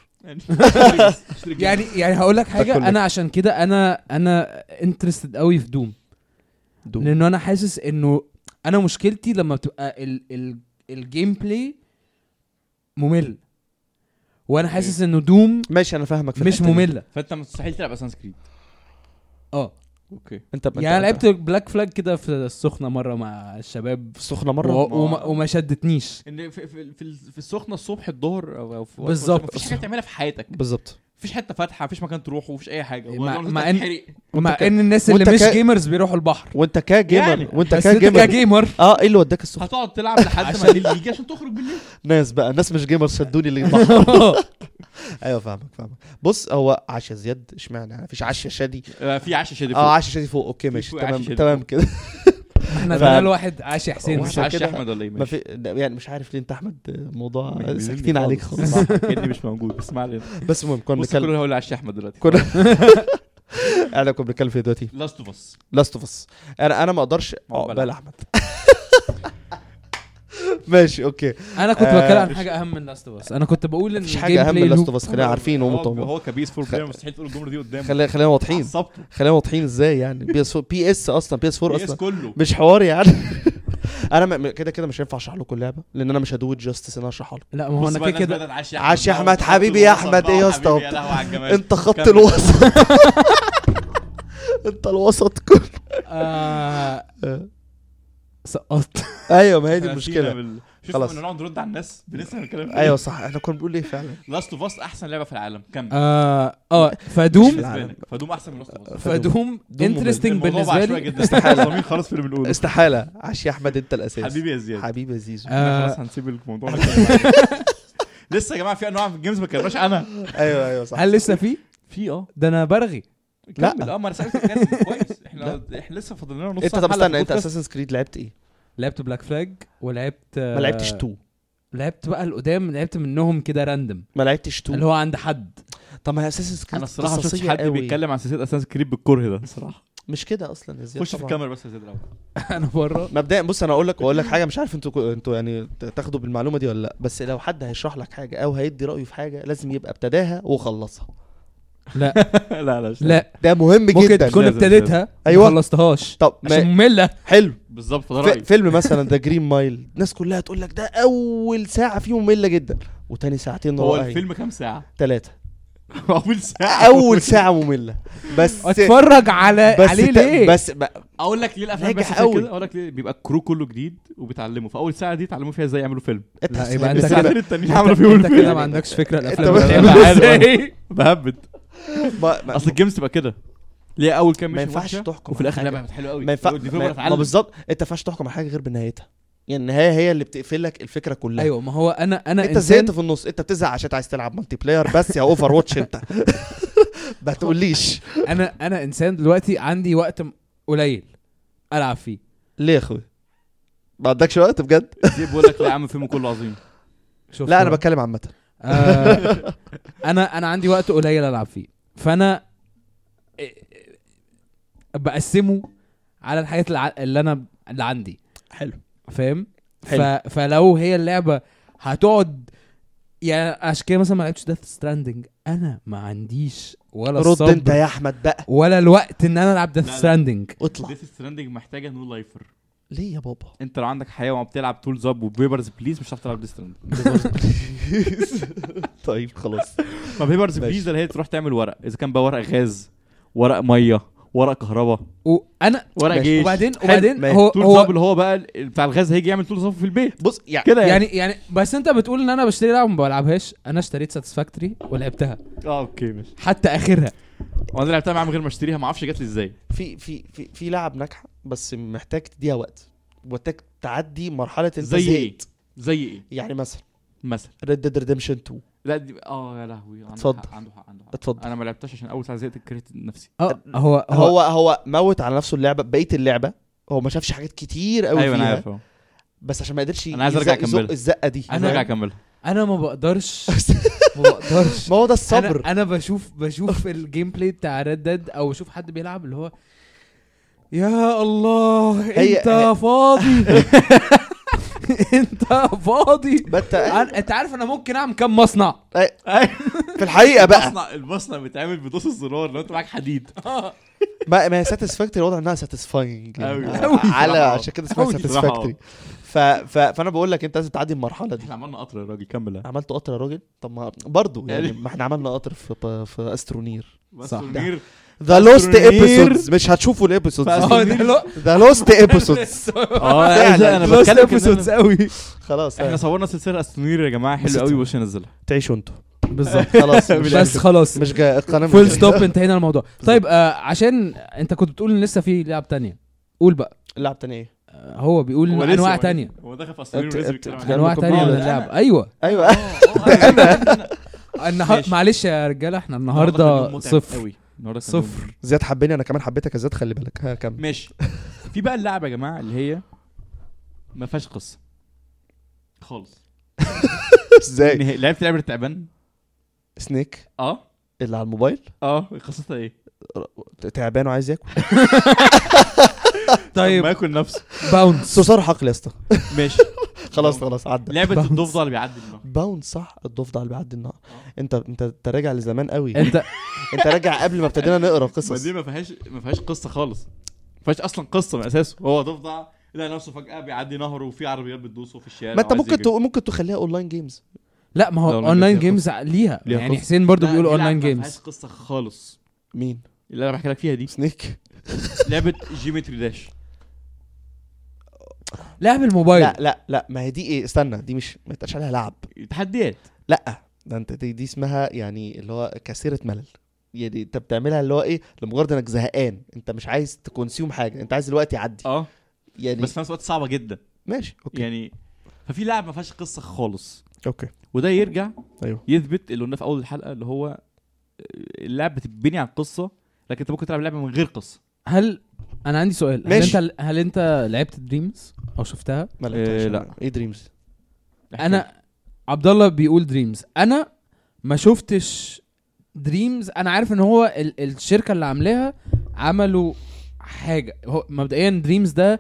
يعني هقول لك حاجه كله. انا عشان كده انا انترستد قوي في دوم لانه انا حاسس انه انا مشكلتي لما بتبقى الجيم بلاي ممل وانا حاسس انه دوم ماشي انا فاهمك في مش الحتة دي. ممله. فانت مستحيل تلعب اساسن كريد. اوكي انت يعني انا لعبت بلاك فلاج كده في السخنه مره مع الشباب في السخنه مره وما شدتنيش ان في السخنه الصبح الظهر او في بالظبط. مفيش حاجه تعملها في حياتك بالظبط مفيش حته فاتحه مفيش مكان تروحه مفيش اي حاجه مع ان وانت الناس اللي وانت مش جيمرز بيروحوا البحر وانت كجيمر يعني. وانت بس انت كجيمر كجيمر ايه اللي وداك السخنه؟ هتقعد تلعب لحد ما الليل يجي عشان تخرج بالليل. ناس مش جيمر شدوني اللي البحر. ايوه فاهمك بص هو عشا زياد اشمعنى يعني مفيش عشا شادي في عشا شادي فوق عشا شادي فوق اوكي ماشي فوق عشا شادي تمام فوق. كده احنا فاهم. ده الواحد عاشي حسين مش عشان عشا كده احمد ولا ايه ما في يعني مش عارف ليه انت احمد موضوع ساكتين عليك خالص. كأني مش موجود بس ما علينا. بس المهم كنا بص كل بنتكلم اللي هقول عشا احمد دلوقتي احنا كنا بنتكلم في دلوقتي لاست اوف اس. لاست اوف اس انا ما اقدرش عقبال عقبال احمد. ماشي اوكي انا كنت بتكلم عن حاجه اهم من لاست اوف اس. انا كنت بقول ان مفيش حاجه اهم من لاست اوف اس خلينا عارفين هو كبيس فور بلاير مستحيل تقول الجمله دي قدامه. خلينا واضحين عصبته. خلينا واضحين ازاي يعني بي اس اصلا بي اس 4 PS اصلا كله مش حوار يعني. انا كده مش هينفع اشرح لكم اللعبه لان انا مش هدوت جاستس ان انا اشرحها لكم. لا ما هو بص انا بقى كده الناس كده بدأت عاش عاش يا احمد حبيبي يا احمد ايه يا اسطى حبيبي يا لهوي على الجمال. انت خط كمل. الوسط. انت الوسط كله. سقطت. ايوه ما هي دي المشكله. شوف خلاص. لما نقعد نرد على الناس بنسمع الكلام. ايوه صح احنا كنا بنقول ايه فعلا. لاست اوف اس احسن لعبه في العالم. كمل. فدوم بالنسبة لك. فدوم احسن من لاست اوف اس. فدوم انترستنج بالنسبه لي. استحالة. خلاص في اللي بنقوله. استحاله عاش يا احمد انت الاساس حبيبي يا زياد. حبيبي يا زيزو. خلاص هنسيب الموضوع. لسه يا جماعه في انواع في الجيمز ما كناش انا. ايوه صح. هل لسه في ده انا برغي. لا. كمل. ما انا سالتك كده كويس. احنا لسه فاضل لنا نص انت ساعه. طب استنى انت اساسن كريد لعبت ايه؟ لعبت بلاك فلاج ولعبت ما لعبتش 2. لعبت بقى القدام لعبت منهم كده راندم ما لعبتش 2 اللي هو عند حد. طب ما اساسن كريد انا الصراحه ما شفتش حد بيتكلم عن سلسله اساسن كريد بالكره ده الصراحه. مش كده اصلا يا زياد. خش في الكاميرا بس يا زياد الاول. انا بره مبدئيا بص انا اقول لك حاجه مش عارف انتوا يعني تاخدوا بالمعلومه دي ولا لا بس لو حد هيشرح لك حاجه او هيدي رايه في حاجه لازم يبقى ابتداها وخلصها. لا لا ده مهم ممكن جدا. تكون لازم. ابتديتها أيوة. ما خلصتهاش طب عشان ممله. حلو. بالظبط ده رأيي. فيلم مثلا ذا جرين مايل، الناس كلها تقول لك ده اول ساعه فيه ممله جدا، وتاني ساعتين هو رائعين. الفيلم كام ساعة؟ 3. اول ساعة اول ساعه ممله بس اتفرج عليه ليه؟ بس اقول لك ليه الافلام ناجح بس قوي. كده، اقول لك ليه بيبقى الكرو كله جديد وبيتعلموا في اول ساعة دي يتعلموا فيها ازاي يعملوا فيلم. لا يبقى انت الساعتين كده التانيين عملوا فيهم انت كده الفيلم. ما عندكش فكره انت الافلام بس- بتعمل أنا عارف. ازاي. بهبد. اصل الجيمز تبقى كده ليه اول كام ما مش ينفعش وحشة تحكم وفي الاخر على لعبة حلوة قوي. ما ينفع ما بالظبط انت ما ينفعش تحكم على حاجه غير بنهايتها، يعني النهايه هي اللي بتقفل لك الفكره كلها. ايوه ما هو انا انت انسان زهقت في النص، انت بتزهق عشان عايز تلعب مالتي بلاير بس يا اوفر واتش انت. ما تقوليش انا انسان دلوقتي عندي وقت قليل العب فيه. ليه يا اخوي ما عندكش وقت بجد؟ دي بقول لك لا يا عم فيلم كله عظيم. شفت لا انا بقى؟ بتكلم عامه. انا عندي وقت قليل العب فيه، فانا بقسمه على الحاجات اللي عندي. حلو. فاهم؟ حلو. فلو هي اللعبه هتقعد يعني عشان كده مثلا ما لعبتش ديث ستراندنج، انا ما عنديش ولا رد الصبر انت يا احمد بقى، ولا الوقت ان انا العب ديث لا، لا. ستراندنج. اطلع. ديث ستراندنج محتاجة نو لايفر. ليه يا بابا؟ انت لو عندك حياة وما بتلعب تولز اب وبيبرز بليز مش هتعرف تلعب ديث ستراندنج. طيب خلاص. ما بيبرز ماشي. بليز اللي هي تروح تعمل ورق، اذا كان بقى ورق غاز، ورق ميه، ورق كهرباء، وانا ورق ماشي. جيش. وبعدين ماشي. هو تولز اب اللي هو بقى بتاع الغاز هيجي يعمل تولز اب في البيت بص يعني كده يعني بس انت بتقول ان انا بشتري لعبه ما بلعبهاش. انا اشتريت ساتسفاكتوري ولعبتها اوكي ماشي. حتى اخرها. وانا لعبتها معاها من غير ما اشتريها، ما اعرفش جات لي ازاي. في لعب ناجحه بس محتاج تديها وقت، محتاج تعدي مرحله انت زي ايه؟ زهقت. زي ايه يعني مثلا مثلا؟ ريد ديد ريديمشن 2. لا دي يا لهوي اتفضل. عنده حق. اتفضل. انا ما لعبتش عشان اول ساعه زهقت كرهت نفسي. هو موت على نفسه اللعبه، بقيه اللعبه هو ما شافش حاجات كتير قوي ايوه انا فيها، عارف اهو. بس عشان ما قدرش أنا عايز أرجع أكملها. يزق الزقه دي. انا ارجع اكملها. انا ما بقدرش ما بقدرش. ما هو ده الصبر. انا بشوف الجيم بلاي بتاع ريد ديد او بشوف حد بيلعب اللي هو يا الله انت فاضي. انت فاضي. انت عارف انا ممكن اعمل كام مصنع في الحقيقه بقى المصنع بيتعمل بدوس الزرار لو انت معاك حديد. ما هي ساتيسفاكتوري وضع انها ساتيسفاينج أوي. على عشان كده اسمها أوي. ساتيسفاكتوري. فانا بقول لك انت لازم تعدي المرحله دي. احنا عملنا قطر يا راجل كمل. عملت قطر يا راجل؟ طب ما برضه يعني ما احنا عملنا قطر في استرونير. صح. ذا لوست أسترونير. ايبيسودز مش هتشوفوا الابيسودز. فأسترونير. ذا لوست ايبيسودز. اه انا لوست بتكلم episodes قوي. خلاص احنا صورنا سلسله استونير يا جماعه حلو قوي وش ننزلها. تعيشوا انتوا بالظبط. خلاص بس خلاص مش جاي القناه فول ستوب انتهينا الموضوع. طيب عشان انت كنت بتقول ان لسه في لعب تانية، قول بقى. اللعب تاني ايه؟ هو بيقول هو إن لسه انواع ما- تانية، هو دخل في استونير أنت- ولسه أنت- بيتكلم عن أنا انواع كنت- تانية من أنا- اللعب. ايوه ايوه ماشي. معلش يا رجاله احنا النهاردة كان النهارده يوم متعب صفر قوي. النهاردة كان يوم صفر. زياد حبني انا كمان حبيتك يا زياد، خلي بالك. ها كمل. ماشي. في بقى اللعبه يا جماعه اللي هي ما فيهاش قصه خالص. ازاي؟ لعبت لعبه التعبان. سنيك اه اللي على الموبايل قصتها ايه؟ تعبان وعايز ياكل طيب ما ياكل نفسه. باونس. صار حقل يا اسطى. ماشي. خلاص عدى. لعبه باونس. الضفدع اللي بيعدي النهر. باوند صح، الضفدع اللي بيعدي النهار. انت راجع لزمان قوي. انت انت راجع قبل ما ابتدينا نقرا ما قصص. دي ما فيهاش قصه خالص. ما فيهاش اصلا قصه من اساسه. هو ضفدع لا نفسه فجاه بيعدي نهر وفي عربيات بتدوسه في الشارع. ما انت وعايز يجري. ممكن تخليها اونلاين جيمز. لا ما هو لا، اونلاين فيها جيمز ليها ليها يعني قصة. حسين برضو لا، بيقول دي اونلاين لعبة ما جيمز. فيهاش قصه خالص. مين؟ اللي انا بحكي لك فيها دي سنيك. لعبه جيومتري داش. لعب الموبايل. لا ما هي دي ايه؟ استنى، دي مش ما يتقالش عليها لعب. تحديات. لا ده انت دي اسمها يعني اللي هو كثيرة ملل. يعني انت بتعملها اللي هو ايه لمجرد انك زهقان، انت مش عايز تكونسيوم حاجه، انت عايز الوقت يعدي يعني. بس في نفس الوقت صعبه جدا ماشي اوكي يعني. ففي لعب ما فيهاش قصه خالص. اوكي وده يرجع ايوه يثبت اللي قلنا في اول الحلقه اللي هو اللعب بتبني عن قصه، لكن انت ممكن تلعب لعبه من غير قصه. هل انا عندي سؤال، ماشي. هل انت لعبت دريمز او شفتها؟ ما لعبتهاش لا. أنا. ايه دريمز؟ انا عبد الله بيقول دريمز، انا ما شفتش دريمز. انا عارف ان هو الشركه اللي عاملاها عملوا حاجه. هو مبدئيا دريمز ده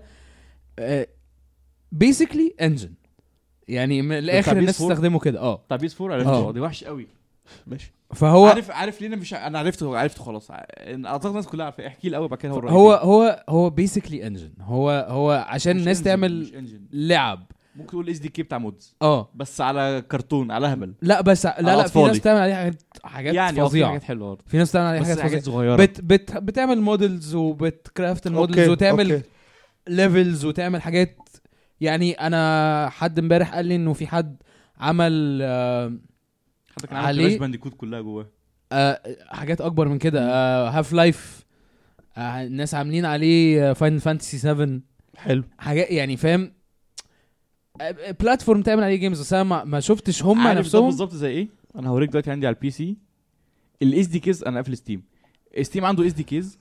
بيسيكلي انجن، يعني من الاخر بتاع الناس PS4. تستخدمه كده. بتاع بيس 4 آه. عرفته دي وحش قوي. ماشي. فهو عارف ليه انا عرفته خلاص. اعتقد الناس كلها عارفه. احكي لي الاول بعد كده هو بيسكلي انجن. هو عشان الناس تعمل لعب. ممكن تقول اس دي كي بتاع مودز بس على كرتون على هبل. لا بس لا في ناس تعمل عليه حاجات يعني فظيعه. حاجات حلوه. في ناس تعمل عليه حاجات صغيره. بتعمل موديلز وبتكرافت الموديلز وتعمل ليفلز وتعمل حاجات. يعني انا حد امبارح قال لي انه في حد عمل حد كان عامل كراش بانديكوت كلها جواه. حاجات اكبر من كده. هاف لايف الناس عاملين عليه فاينل فانتسي 7 حلو. حاجات يعني فاهم بلاتفورم تعمل عليه جيمز. بس انا ما شفتش هم نفسهم بالظبط زي ايه. انا هوريك دلوقتي عندي على البي سي الاس دي كيز. انا قافل ستيم عنده اس دي كيز.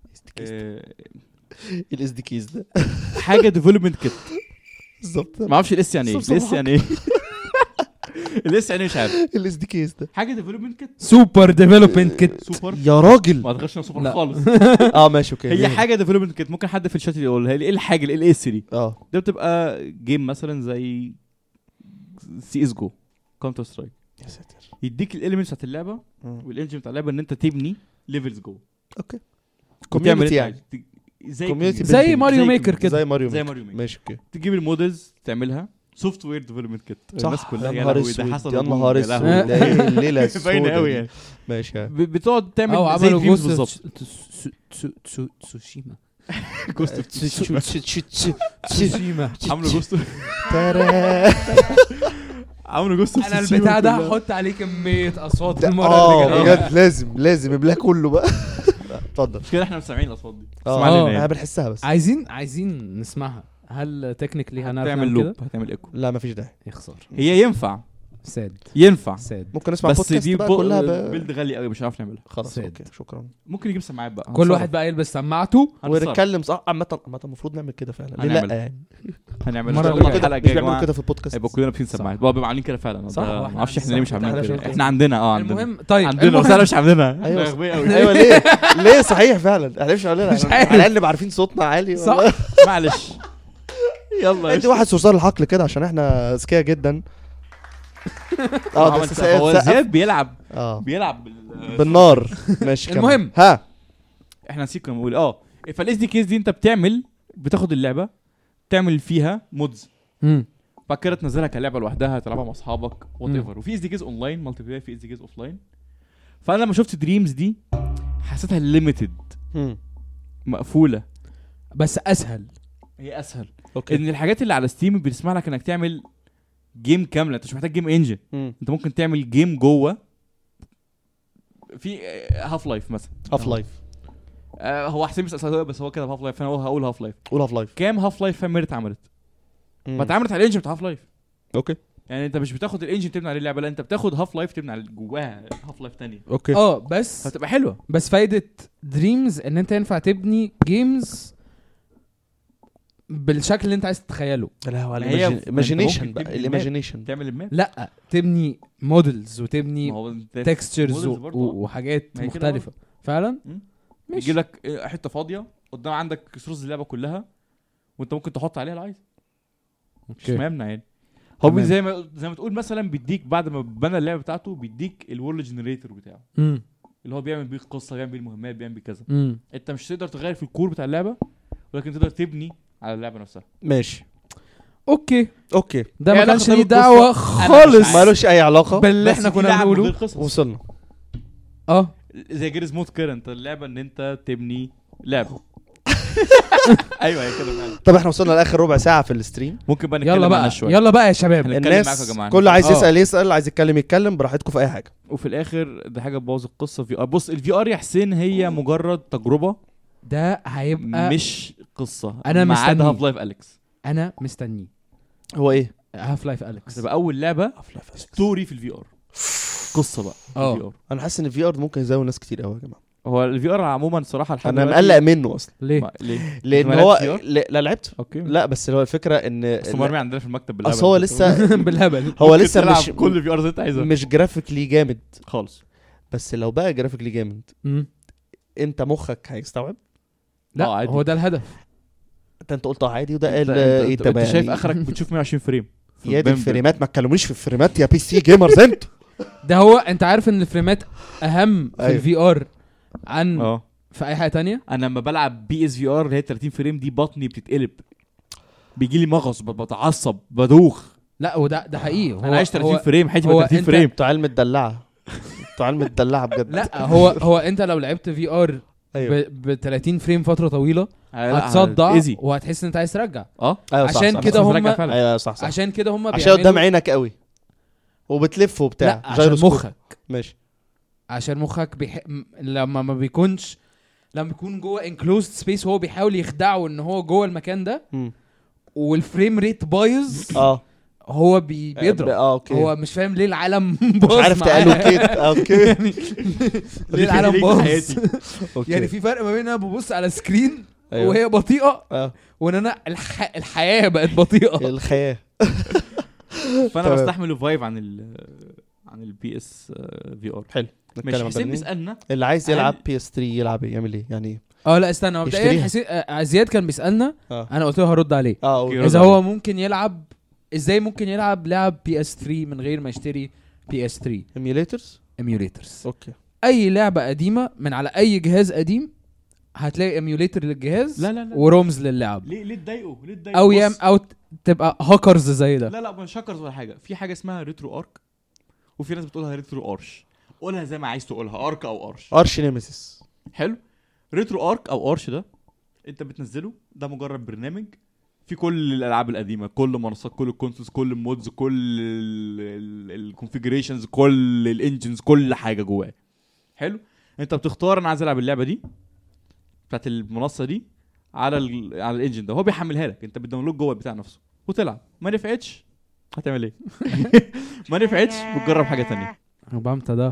الاس دي كيز ده حاجه ديفلوبمنت كيت بالظبط. ما اعرفش الاس يعني ايه. الاس يعني ايه الاس يعني مش عارف. الاس دي كيز ده حاجه ديفلوبمنت كيت. سوبر ديفلوبمنت كيت. سوبر يا راجل ما تغشنا سوبر خالص. ماشي اوكي. هي حاجه ديفلوبمنت كيت. ممكن حد في الشات يقول ايه الحاجه الاس دي. ده بتبقى جيم مثلا زي سي اس جو كاونتر سترايك. يا ساتر. يديك الاليمنتس بتاعت اللعبه والانجن بتاع اللعبه ان انت تبني ليفلز جوه. اوكي. كوميونتي يعني زي ماريو ميكر كده. زي ماريو ميكر. ماشي اوكي. تجيب المودلز تعملها سوفت وير ديفلوبمنت كيت. الناس كلها يا نهار اسود. يا نهار اسود. الليله باينه قوي يعني. ماشي. بتقعد تعمل زي فيوز بالظبط. تسوشيما جوست تسوشيما عملوا جوست عملوا جوست. انا البتاع ده هحط عليه كميه اصوات المره اللي جايه بجد. لازم يبلاه كله بقى. اتفضل. مش كده احنا مسامعين الاصوات دي. انا بنحسها بس. عايزين نسمعها. هل تكنيكلي هنعرف تعمل لوب؟ هتعمل ايكو؟ لا مفيش داعي. يخسر. هي ينفع ساد. ينفع ممكن نسمع بودكاست بقى كلها بيلد غالي قوي مش عارف نعملها. خلاص اوكي شكرا. ممكن نجيب سماعات بقى كل واحد بقى يلبس سماعته ونتكلم. صح عامه المفروض نعمل كده فعلا. لا يعني هنعمل الحلقه الجايه يا جماعه كده في البودكاست. يبقى كلنا لابسين سماعات. بقى بيبقى عاملين كده فعلا. ما اعرفش احنا ليه مش عاملين كده. احنا عندنا المهم طيب عندنا بس انا مش عاملينها. ايوه ليه صحيح فعلا. احنا مش عاملينها على الاقل نبقى عارفين صوتنا عالي. صح معلش يلا انت واحد صرصار الحقل كده عشان احنا اذكياء جدا. بس هو زياد بيلعب بالنار. ماشي. المهم احنا نسيكم نقول فالاس دي كيس دي انت بتاخد اللعبه تعمل فيها مودز. بعد كده تنزلها كلعبه لوحدها تلعبها مع اصحابك وات ايفر. وفي اس دي كيس اونلاين مالتي بلاير. في اس دي كيس اوفلاين. فانا لما شفت دريمز دي حسيتها ليميتد مقفوله. بس اسهل. هي اسهل. ان الحاجات اللي على ستيم بتسمح لك انك تعمل جيم كامله. انت مش محتاج جيم انجن. انت ممكن تعمل جيم جوه. في هاف لايف مثلا. هاف لايف هو احسن بس هو كده هاف لايف. انا هقول هاف لايف. قول هاف لايف. كام هاف لايف فاميلي اتعملت؟ ما اتعملت على الانجن بتاع هاف لايف. اوكي. يعني انت مش بتاخد الانجن تبني عليه اللعبه. لا انت بتاخد هاف لايف تبني على جواها هاف لايف ثانيه. اوكي. بس هتبقى حلوه. بس فايده دريمز ان انت ينفع تبني جيمز بالشكل اللي انت عايز تتخيله. لا هو الايماجينيشن بقى. الايماجينيشن تعمل الماب. لا تبني مودلز وتبني تكستشرز وحاجات مختلفه فعلا. يجي لك حته فاضيه قدام عندك سورس اللعبه كلها وانت ممكن تحط عليها اللي عايزه. مش ممنع يعني. هو زي ما تقول مثلا بيديك بعد ما بنى اللعبه بتاعته بيديك الورلد جنريتور بتاعه اللي هو بيعمل بيه القصه بيعمل بيه المهمات بيعمل بيه كذا. انت مش تقدر تغير في الكور بتاع اللعبه ولكن تقدر تبني على اللعبه نفسها. ماشي اوكي ده ما كانش ليه دعوه خالص. مالوش اي علاقه باللي احنا كنا بنقوله. وصلنا زي جيرز مود كده. انت اللعبه ان انت تبني لعبه. ايوه هي كده فعلا. طب احنا وصلنا لاخر ربع ساعه في الستريم. ممكن بقى نتكلم عنها شويه. يلا بقى يا شباب. الناس كله عايز يسال عايز يتكلم براحتكم في اي حاجه. وفي الاخر ده حاجه تبوظ القصه. في بص الفي ار يا حسين هي مجرد تجربه. ده هيبقى مش قصه. انا مستني هاف لايف اليكس. انا مستني. هو ايه هاف لايف اليكس؟ تبقى اول لعبه ستوري في الفي ار. قصه بقى في ار. انا حاسس ان الفي ار ممكن يزود ناس كتير قوي يا جماعه. هو الفي ار عموما صراحه انا مقلق منه اصلا. ليه؟ لان هو لا لعبت. اوكي. لا بس هو الفكره ان مرمي عندنا في المكتب بالهبل. هو لسه بالهبل. هو لسه مش كل في ار زي انت عايزه. مش جرافيكلي جامد خالص. بس لو بقى جرافيكلي جامد انت مخك هيستوعب. لا هو ده الهدف. انت قلت عادي وده قال ايه تمام. انت شايف اخرك بتشوف 120 فريم. يا دي الفريمات ما تكلمونيش في الفريمات يا بي سي جيمرز. انت ده هو انت عارف ان الفريمات اهم في أيوة. الفي ار عن في اي حاجه تانية. انا لما بلعب بي اس في ار اللي هي 30 فريم دي بطني بتتقلب، بيجي لي مغص، بتعصب، بدوخ. لا وده حقيقي. هو انا عايش 30 هو فريم، حياتي هو 30 انت- فريم. بتوع علم الدلعه بتوع علم الدلعه بجد. لا هو انت لو لعبت في ار ايوه ب 30 فريم فتره طويله لا، هتصدع ايزي. وهتحس ان انت عايز ترجع. ايوه صح عشان صح كده صح. هم- برجع فعلا. ايوه صح صح عشان كده هم عشان قدام عينك قوي وبتلف وبتاع. لا عشان جايروسكوب. مخك، ماشي. عشان مخك لما ما بيكونش، لما بيكون جوه انكلوزد سبيس وهو بيحاول يخدعه ان هو جوه المكان ده مم. والفريم ريت بايظ، اه هو بيضرب. اوكي. هو مش فاهم ليه العالم مش باظ عارف معاه. تالوكيت. اوكي يعني ليه العالم باظ. اوكي. يعني في فرق ما بين انا ببص على سكرين أيوة. وهي بطيئه اه وان انا الحياه بقت بطيئه. الخيال. فانا تمام. بستحمل الفايف عن البي اس في ار. حلو. مش نتكلم عن حسين برنامج. بيسالنا اللي عايز يلعب هل- بي اس 3 يلعب ايه؟ يعمل ايه يعني؟ لا استنى مبدئيا يشتريها. حسين زياد كان بيسالنا، اه انا قلت له هرد عليه اه يرد اذا عليه. هو ممكن يلعب، ازاي ممكن يلعب لعب بي اس 3 من غير ما يشتري بي اس 3 ايميوليترز. ايميوليترز. اوكي. اي لعبه قديمه من على اي جهاز قديم هتلاقي ايميوليتر للجهاز لا لا لا. ورومز للعب، ليه تضايقوا؟ ليه تضايقوا؟ او بص. او تبقى هاكرز زي ده. لا لا مش هاكرز ولا حاجه. في حاجه اسمها ريترو ارك، وفي ناس بتقولها ريترو ارش. قولها زي ما عايز تقولها، ارك او ارش. ارش نيمسيس. حلو. ريترو ارك او ارش ده انت بتنزله، ده مجرد برنامج في كل الالعاب القديمه، كل منصات، كل الكونسولز، كل المودز، كل الكونفيجريشنز، كل الانجنز، كل حاجه جواه. حلو. انت بتختار انا عايز العب اللعبه دي بتاعت المنصه دي على الانجن ده، هو بيحملها لك، انت بتداونلود جوه البتاع نفسه وتلعب. ما نفعتش هتعمل ايه؟ ما نفعتش بتجرب حاجه تانية. بامتا ده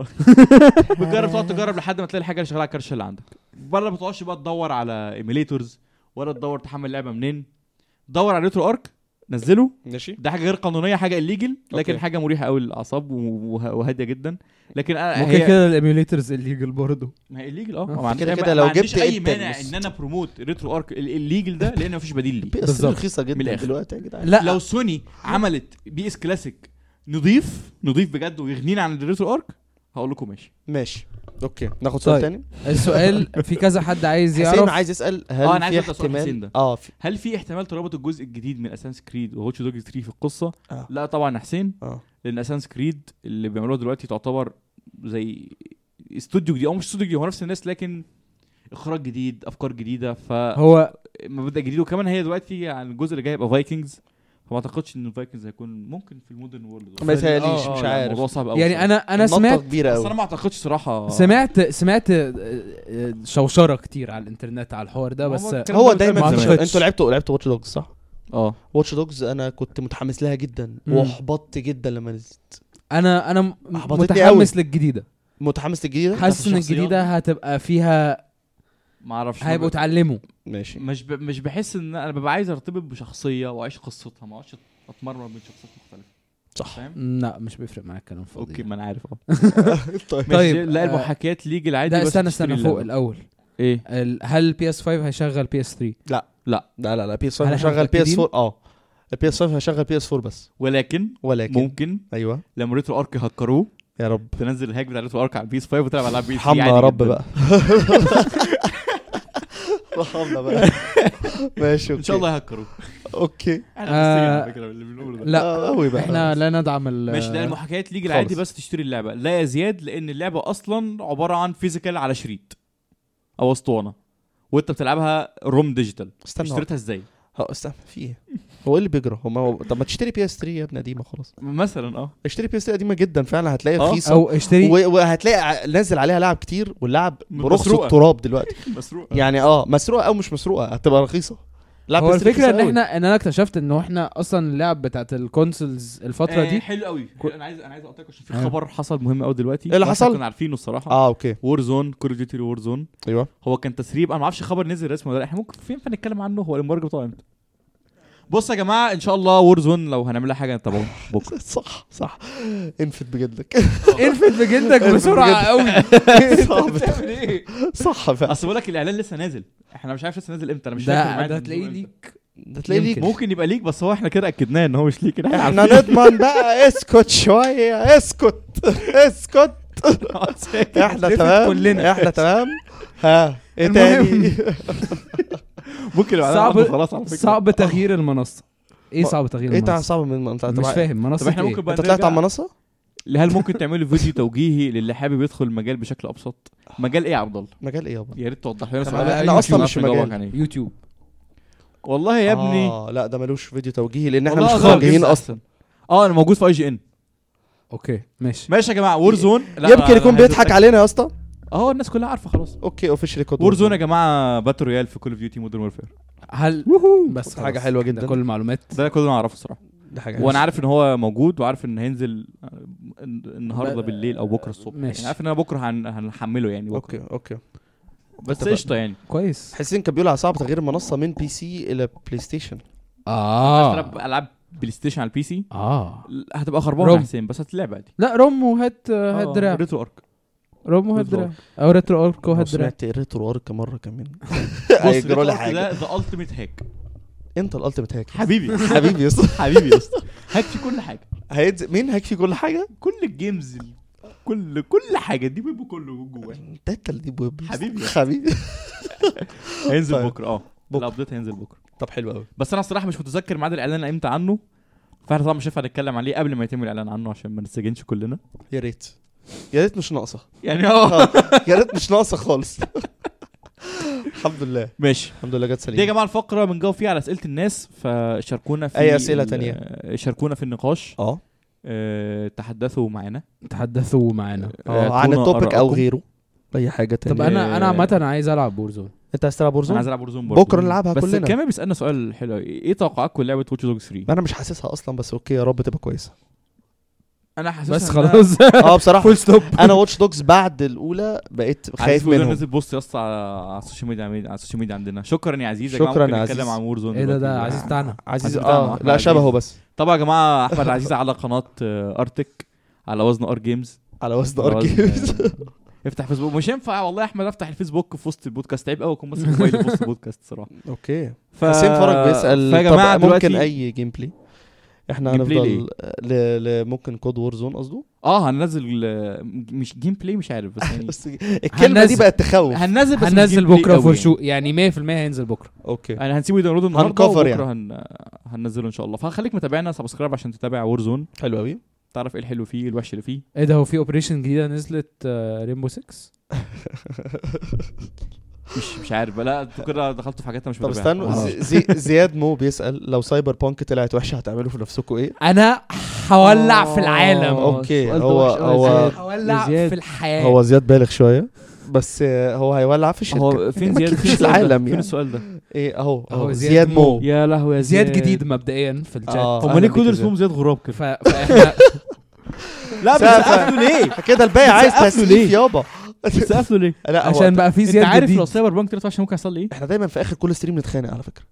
بتجرب، تقعد تجرب لحد ما تلاقي الحاجه اللي شغاله على الكرشه اللي عندك. بره ما تقعدش بقى تدور على ايميليتورز ولا تدور تحمل لعبه منين. دور على ريترو ارك، نزله. ماشي. ده حاجه غير قانونيه، حاجه الليجل، لكن أوكي. حاجه مريحه قوي للاعصاب وهاديه جدا. لكن ممكن هي كده الايميوليترز الليجل برضه. ما هي الليجل. كده كده لو ما عنديش جبت اي انت مانع ان انا بروموت ريترو ارك الليجل ده لان مفيش بديل ليه. بي اس بالظبط. رخيصه من جدا الآخر. دلوقتي يا جدعان. لا لو سوني عملت بي اس كلاسيك نضيف بجد ويغنينا عن الريترو ارك، هقول لكم ماشي. ماشي. اوكي ناخد سؤال طيب. تاني. السؤال في كذا حد عايز حسين يعرف. عايز يسال هل أنا عايز في أبدأ سؤال حسين احتمال ده. في هل في احتمال ترابط الجزء الجديد من اسانس كريد وواتش دوجز 3 في القصه؟ آه. لا طبعا يا حسين، لان اسانس كريد اللي بيعملوها دلوقتي تعتبر زي استوديو جديد، او مش استوديو جديد، هو نفس الناس لكن اخراج جديد، افكار جديده، هو مبدا جديد. وكمان هي دلوقتي عن الجزء اللي جاي هيبقى فايكنجز، فما اعتقدش ان الفايكنجز هيكون ممكن في المودرن وورلد. ما يتهيأليش آه، مش لا، عارف. الموضوع صعب قوي. يعني انا النطة سمعت كبيره بس قوي. انا ما اعتقدش صراحه. سمعت شوشره كتير على الانترنت على الحوار ده، بس الكلام هو ده دايما ما في أعتقدش. انتوا لعبتوا واتش دوجز صح؟ اه واتش دوجز انا كنت متحمس لها جدا مم. واحبطت جدا لما نزلت. انا أحبطتني متحمس للجديده، متحمس للجديده. حاسس ان الشخصيات الجديده هتبقى فيها ما اعرفش. هيبقوا اتعلموا. ماشي. مش بحس ان انا ببقى عايز ارتبط بشخصيه واعيش قصتها، ما اقعدش اتمرمر بين شخصيات مختلفه. صح. فاهم؟ لا مش بيفرق معاك الكلام فاضي. اوكي ما انا عارف. طيب طيب، لا المحاكيات ليجي العادي. ده بس استنى تشتري فوق اللعبة. الاول. ايه هل بي اس 5 هيشغل بي اس 3؟ لا بي اس 5 هل إحنا هشغل بي اس متأكدين؟ 4. البي اس 5 هشغل بي اس 4 بس. ولكن ممكن ايوه لما ريترو ارك هكروه يا رب. تنزل الهاك بتاع ريترو ارك على البي اس 5 وتلعب على البي اس 3 ارحمنا يا رب جداً. بقى. ارحمنا بقى. ماشي اوكي ان شاء الله يهكروه. اوكي. احنا بنستجيب على فكره اللي بنقوله ده. لا قوي بقى. احنا لا ندعم ماشي. لا المحاكيات ليجي العادي بس تشتري اللعبه لا يزيد، لان اللعبه اصلا عباره عن فيزيكال على شريط او اسطوانه، وانت بتلعبها روم ديجيتال. استنى اشتريتها ازاي استنى في ايه؟ هو ايه اللي بيجرى؟ طب ما تشتري بي اس 3 يا ابني قديمه خلاص. مثلا؟ اشتري بي اس 3 قديمه جدا فعلا هتلاقي رخيصه او اشتري وهتلاقي نازل عليها لعب كتير، واللعب برخص مسروقة. التراب دلوقتي. مسروقه. يعني مسروقه او مش مسروقه هتبقى رخيصه. هو الفكره ان انا اكتشفت ان احنا اصلا اللعب بتاعت الكونسولز الفتره دي حلو قوي. انا عايز اقول لك عشان في خبر حصل مهم قوي دلوقتي. ايه اللي حصل؟ كنا عارفينه الصراحه. اوكي وور زون، كول اوف ديوتي وور زون. ايوه هو كان تسريب، انا ما اعرفش خبر نزل رسمي ولا لا. احنا ممكن فين نتكلم عنه. هو الامبارجو بتاعه امتى؟ بص يا جماعه ان شاء الله وور زون لو هنعملها حاجه نتابعوها بكره. صح انفد بجلدك. انفد بجلدك بسرعه قوي. بتعمل ايه؟ صح فعلا. اصل بقول لك الاعلان لسه نازل، احنا مش عارف لسه نازل امتى. انا مش فاكر ده الميعاد هتلاقيه نزوله إمتى. ليك ده تلاقي ليك. ممكن يبقى ليك، بس هو احنا كده اكدناه ان هو مش ليك. احنا نضمن بقى. اسكت شويه، اسكت. احنا تمام كلنا، احنا تمام. ها ايه تاني؟ ممكن صعب خلاص على فكره. صعب تغيير المنصه. ايه صعب تغيير ايه المنصه؟ صعب من انت مش فاهم منصه. طب احنا إيه؟ ممكن بقى انت طلعت على المنصه. هل ممكن تعملوا فيديو توجيهي للي حابب يدخل المجال بشكل ابسط؟ مجال ايه يا عبد الله؟ مجال ايه يابا؟ يا ريت توضح لنا. احنا اصلا مش مجال يوتيوب. والله يا ابني لا ده ملوش فيديو توجيهي لان احنا والله مش خارجين اصلا. انا موجود في IGN. اوكي ماشي يا جماعه. وورزون يمكن يكون بيضحك علينا يا اسطى. الناس كلها عارفه خلاص. اوكي اوفيشال كود وورزون يا جماعه باتل رويال في كول اوف ديوتي مودرن وورفير. هل بس حاجه حلوه جدا. كل المعلومات ده كل اللي انا اعرفه الصراحه. ده حاجه وانا عارف ان هو موجود، وعارف ان هينزل النهارده بالليل او بكره الصبح. يعني عارف ان انا بكره هنحمله يعني بكرة. اوكي بس قشطه يعني كويس. حسين كان بيقول على صعب تغيير المنصه من بي سي الى بلاي ستيشن. تلعب العاب بلاي ستيشن على البي سي هتبقى خربانه يا حسين، بس هتلعب عادي. لا روم وهات دراع. ريترو ارك. روم وهات دراع او ريترو ارك وهات دراع. سمعت ريترو ارك مره كمان. بص لي حاجه. ده الالتيميت هاك. انت الالتيميت هاك حبيبي يا اسطى. حبيبي يا اسطى. هاك في كل حاجه. مين هاك في كل حاجه؟ كل الجيمز كل حاجه دي ويب كله جوه. انت اللي دي ويب حبيبي. هينزل طيب. بكره. الابديت هينزل بكره. طب حلو قوي. بس انا الصراحه مش متذكر ميعاد الاعلان امتى عنه، فاحنا طبعا مش هينفع نتكلم عليه قبل ما يتم الاعلان عنه عشان ما نسجنش كلنا. يا ريت مش ناقصه يعني يا ريت مش ناقصه خالص. الحمد لله ماشي. الحمد لله جت سليم. دي يا جماعه الفقره بنجاوب فيها على اسئله الناس، فشاركونا في اي اسئله تانية. شاركونا في النقاش. تحدثوا معنا عن التوبيك او غيره، اي حاجه تانية. طب انا عامه عايز العب وورزون. انت عايز تلعب وورزون؟ انا عايز العب وورزون برضه. بكره نلعبها كلنا. بس كمان بيسالنا سؤال حلو، ايه توقعاتكم لعبه واتش دوجز 3؟ انا مش حاسسها اصلا، بس اوكي يا رب تبقى كويسه. انا حاسسها بس خلاص. بصراحه فول ستوب. انا واتش دوجز بعد الاولى بقيت خايف منهم. نزل بوست يا اسطى على السوشيال ميديا عندنا. شكرا يا عزيز. شكرا يا عزيز. نتكلم عن وورزون. ايه ده عزيز بتاعنا. عزيز لا شبهه بس. طبعا يا جماعه احمد عزيز على قناه ارتك على وزن ار جيمز. افتح فيسبوك. مش ينفع والله يا احمد افتح الفيسبوك في وسط البودكاست. عيب قوي اكون ماسك موبايلي في وسط البودكاست صراحه. اوكي. حسين فرج بيسال طب ممكن اي جيم بلاي؟ احنا هنفضل ممكن كود وور زون قصده. هننزل مش جيم بلاي مش عارف بس يعني بس الكلمه دي بقت تخوف. هننزل بكره فور شو يعني 100% هينزل بكره. اوكي انا هنسيبه يداونلود النهارده وبكره هننزله ان شاء الله. فخليك متابعنا سبسكرايب عشان تتابع وور زون. حلو قوي. تعرف ايه الحلو فيه الوحش اللي فيه. ايه ده هو في اوبريشن جديده نزلت ريمبو 6؟ مش عارف. لا انتوا كده دخلتوا في حاجات مش متابعها. طب استنوا. زياد مو بيسأل لو سايبر بانك طلعت وحشه هتعملوا في نفسكم ايه؟ انا هولع في العالم. اوكي هو هولع في الحياه. هو زياد بالغ شويه بس هو هيولع في الشركه. هو فين زياد في العالم؟ فين السؤال ده؟ ايه اهو زياد مو. يا لهوي يا زياد جديد مبدئيا في الشات. هم ليه كودرز اسمهم زياد غراب كده؟ فاحنا لا بتسقفوا ليه كده؟ الباقي عايز تسقيف يابا. بتسقفوا ليه؟ لا عشان بقى في زياد. انت عارف لو سايبر بانك طلعت وحشه ممكن يحصل لي ايه؟ احنا دايما في اخر كل ستريم نتخانق على فكره.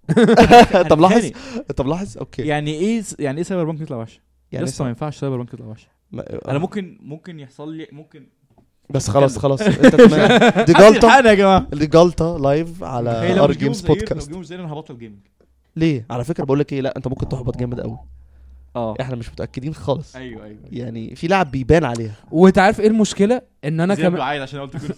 طب لاحظ اوكي. يعني ايه سايبر بانك يطلع وحشه؟ يعني لسه ما ينفعش سايبر بانك يطلع وحشه. انا ممكن يحصل لي ممكن بس خلاص انت دي جلطه يا جماعه. دي جلطه لايف على ار جيمز بودكاست. لو جيمز انا هبطل جيمنج. ليه؟ على فكره بقول لك ايه، لا انت ممكن تحبط جامد قوي. احنا مش متاكدين خالص. ايوه يعني في لعب بيبان عليها. وانت عارف ايه المشكله ان انا كمان عايز عشان قلت كده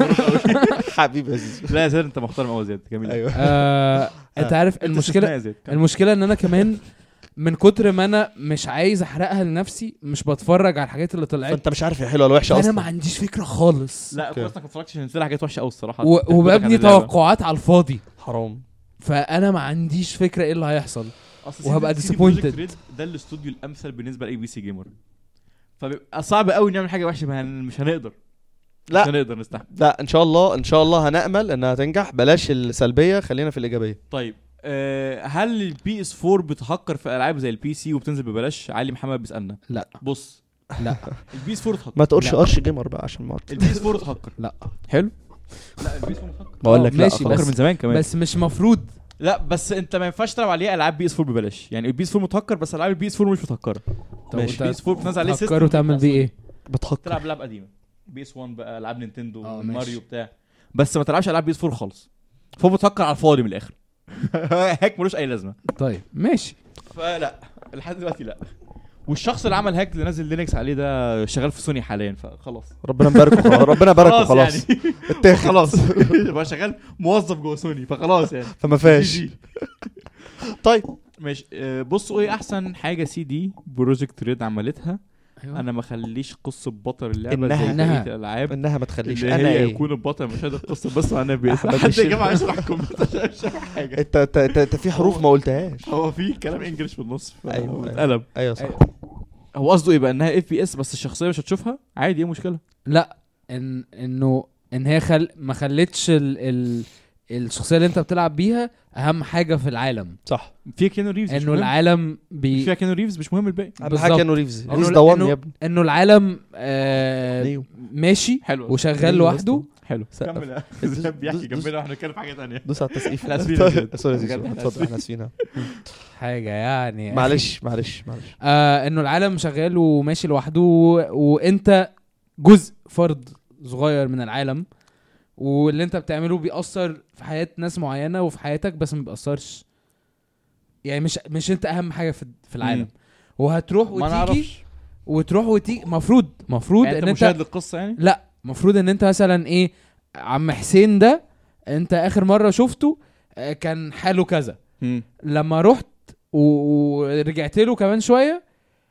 حبيبي عزيز. لا يا زياد انت محترم قوي زياد. جميل. ايوه انت عارف المشكله ان انا كمان من كتر ما انا مش عايز احرقها لنفسي مش بتفرج على الحاجات اللي طلعت. فانت مش عارف هي حلوه ولا وحشه اصلا. انا ما عنديش فكره خالص. لا كويس انك ما اتفرجتش عشان تلاقي حاجات وحشه قوي الصراحه. وببني توقعات على الفاضي. حرام. فانا ما عنديش فكره ايه اللي هيحصل وهبقى ديسابوينتد. ده الاستوديو الامثل بالنسبه لاي بي سي جيمر. فبيبقى صعب قوي نعمل حاجه وحشه. مش هنقدر. لا مش هنقدر نستحمل. لا ان شاء الله هنأمل انها تنجح. بلاش السلبيه خلينا في الايجابيه. طيب هل البي اس 4 بتهكر في العاب زي البي سي وبتنزل ببلاش؟ علي محمد بيسالنا. لا بص لا البي اس 4 اتهكر. ما تقولش ارش جيمر بقى عشان ما البي اس 4 اتهكر. لا حلو. لا البي اس 4 اتهكر. بقول لك لا اتهكر من زمان كمان. بس مش مفروض. لا بس انت ما ينفعش تلعب عليه العاب بي اس 4 ببلاش. يعني البي اس 4 متهكر بس العاب البي اس 4 مش متهكره. ماشي. البي اس 4 بتنزل عليه سيستم وتعمل بيه ايه؟ بتهكر. تلعب العاب قديمه بي اس 1 بقى العاب نينتندو ماريو بتاع. بس ما تلعبش العاب بي اس 4 خالص. فهو بتهكر على الفاضي من الاخر. هاك ملوش اي لازمه. طيب ماشي. فلا لحد دلوقتي لا. والشخص اللي عمل هاك اللي نازل لينكس عليه ده شغال في سوني حاليا فخلاص ربنا يباركه خلاص. ربنا يباركه خلاص يعني. اتاخد خلاص بقى شغال موظف جوه سوني فخلاص يعني فما فيهاش. طيب ماشي. بصوا ايه احسن حاجه سي دي بروجكت ريد عملتها. أيوة. انا ما خليش قصه بطل اللعبه إنها- زي إنها- بقيه الالعاب انها ما تخليش اللي انا هي ايه يكون البطل مش هذا القصه بس معناها أحمد حد يا الشيخ. جماعه يشرح الكمبيوتر مش فاهم حاجه. انت في حروف ما قلتهاش. هو في كلام انجلش في النص أيوة. اتقلب. ايوه صح. هو قصده ايه بقى انها اف بي اس بس الشخصيه مش هتشوفها عادي ايه المشكله. لا ان هي ما خلتش الشخصيه اللي انت بتلعب بيها اهم حاجه في العالم. صح. في كينو ريفز انه العالم فيها كينو ريفز مش مهم الباقي. اهم بالظبط. حاجه كانوا ريفز إنه- ريفز ضوان إنه- يا ابني. انه العالم نيو. ماشي حلو وشغال نيو لوحده. حلو سقف. كمل. زياد بيحكي جنبنا واحنا بنتكلم في حاجه ثانيه. دوس على التسقيف. إحنا آسفين يا زياد. سوري يا زيزو. بجد إحنا اتفضل احنا اسفين. حاجه يعني معلش انه العالم شغال وماشي لوحده وانت جزء فرد صغير من العالم واللي انت بتعمله بيأثر في حياة ناس معينة وفي حياتك بس ما بيأثرش يعني مش انت اهم حاجة في العالم. وهتروح ما وتيجي نعرفش وتروح وتيجي مفروض يعني ان انت مشاهد للقصه يعني. لا مفروض ان انت مثلا ايه عم حسين ده انت اخر مرة شفته كان حاله كذا. لما رحت ورجعت له كمان شوية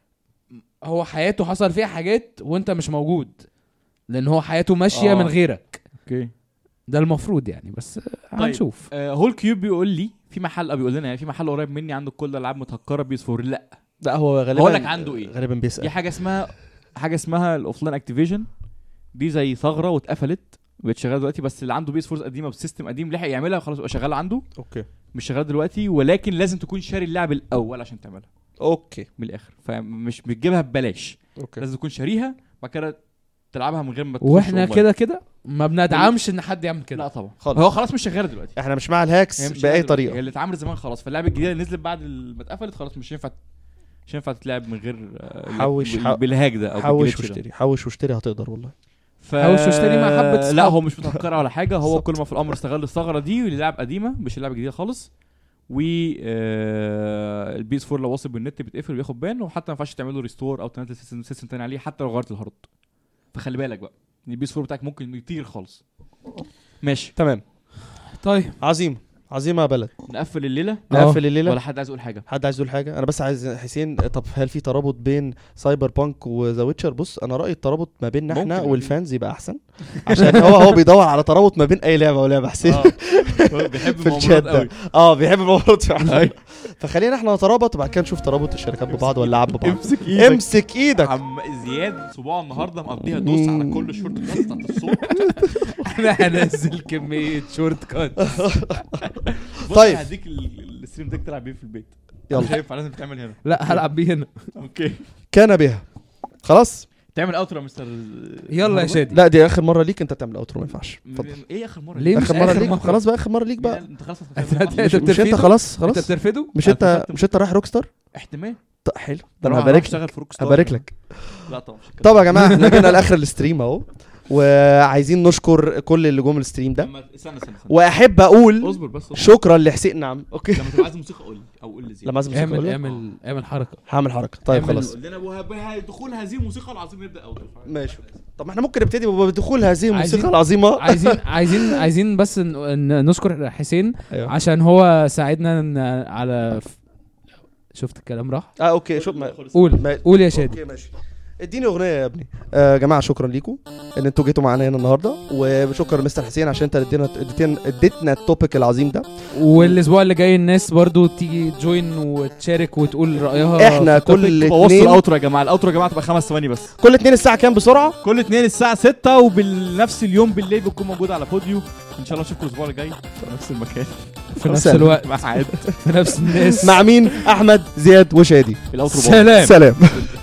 هو حياته حصل فيها حاجات وانت مش موجود لان هو حياته ماشية من غيرك. اوكي ده المفروض يعني بس هنشوف. هول كيوب بيقول لي في محل بيقول لنا يعني في محل قريب مني عنده كل الالعاب متهكره بيس 4. لا هو غالبا هقول لك عنده ايه. غالبا بيسأل. دي حاجه اسمها الاوفلاين اكتيفيجن. دي زي ثغره واتقفلت بتشغل دلوقتي بس اللي عنده بيس 4 قديمه بسيستم قديم لحق يعملها خلاص يبقى شغال عنده. اوكي مش شغال دلوقتي ولكن لازم تكون شاري اللعبه الاول عشان تعملها اوكي من الاخر فمش بتجيبها ببلاش. اوكي لازم تكون شاريها بعد كده تلعبها من غير ما واحنا كده ما بندعمش ان حد يعمل لا كده طبعا خالص. هو خلاص مش شغال دلوقتي. احنا مش مع الهاكس هي مش باي شغالة دلوقتي. طريقه. هي اللي اتعملت زمان خلاص فاللعبه الجديده اللي نزلت بعد ما اتقفلت خلاص مش ينفع تتلعب من غير بالهاك ده او حوش واشتري هتقدر والله. حوش واشتري مع حبة صحاب. لا هو مش متهكره ولا حاجه. هو كل ما في الامر استغل الثغره دي للعب قديمه مش اللعبه الجديده خالص. و البيس 4 لو واصل بالنت بتقفل وياخد بان وحتى ما ينفعش تعمل له ريستور او تنزل سيستم تاني عليه حتى لو غيرت الهارد. فخلي بالك بقى ان البيس 4 بتاعك ممكن يطير خالص. ماشي تمام. طيب عظيمه بلد. نقفل الليله نقفل الليله ولا حد عايز يقول حاجه؟ حد عايز يقول حاجه؟ انا بس عايز حسين. طب هل في ترابط بين سايبر بانك وذا ويتشر؟ بص انا رايي الترابط ما بيننا احنا والفانز يبقى احسن عشان هو بيدور على ترابط ما بين اي لعبه ولعبه. حسين بيحب في الشات الموضوع قوي. بيحب الموضوع فعلا. فخلينا احنا نترابط وبعد كده نشوف ترابط الشركات ببعض ولا لعب ببعض. امسك ايدك. عم زياد صباعه النهارده مقضيها دوس على كل شورت كات بتاعت الصوت. انا هنزل كمية شورت كات. طيب. هديك الستريم ديك تلعب بيه في البيت. يلا. مش هينفع لازم تعمل هنا. لا هلعب بيه هنا. اوكي كان بها خلاص. تعمل اوترو مستر. يلا يا شادي. لا دي اخر مره ليك انت تعمل اوترو ما ينفعش. اتفضل. ايه اخر مره ليه؟ اخر مش مره آخر ليك مرة. خلاص بقى. اخر مره ليك بقى. انت خلاص مش انت خلاص انت بترفضه؟ مش انت رايح روك ستار. احتمال. حلو ده انا هبارك لك. لا طبعا. طب يا جماعه احنا جينا لاخر الستريم اهو وعايزين نشكر كل اللي جم الستريم ده. استنى واحب اقول اصبر بس شكرا لحسين. نعم اوكي. لما تبقى عايز موسيقى قول لي او قول لي زياد. لما عايز موسيقى قول لي. اعمل حركه. هعمل حركه. طيب خلاص قول لنا دخول هذه الموسيقى العظيمه نبدا اول. ماشي. طب ما احنا ممكن نبتدي بدخول هذه الموسيقى العظيمه. عايزين بس نشكر حسين. أيوه. عشان هو ساعدنا على شفت الكلام راح. اوكي شوف قول يا شادي. اوكي ماشي. اديني اغنيه يا ابني. يا جماعه شكرا ليكم ان انتوا جيتوا معانا هنا النهارده وشكرا مستر حسين عشان انت اديتنا التوبيك العظيم ده. والاسبوع اللي جاي الناس برضو تيجي تجوين وتشارك وتقول رايها. احنا كل وصل الاوترو يا جماعه. الاوترو يا جماعه تبقى 5 ثواني بس. كل 2 الساعه كام بسرعه؟ كل 2 الساعه 6 وبالنفس اليوم بالليل بتكون موجوده على بوديو. ان شاء الله نشوفكم الاسبوع اللي جاي في نفس المكان في نفس الوقت مع في نفس الناس. مع مين؟ احمد زياد وشادي. الاوترو سلام.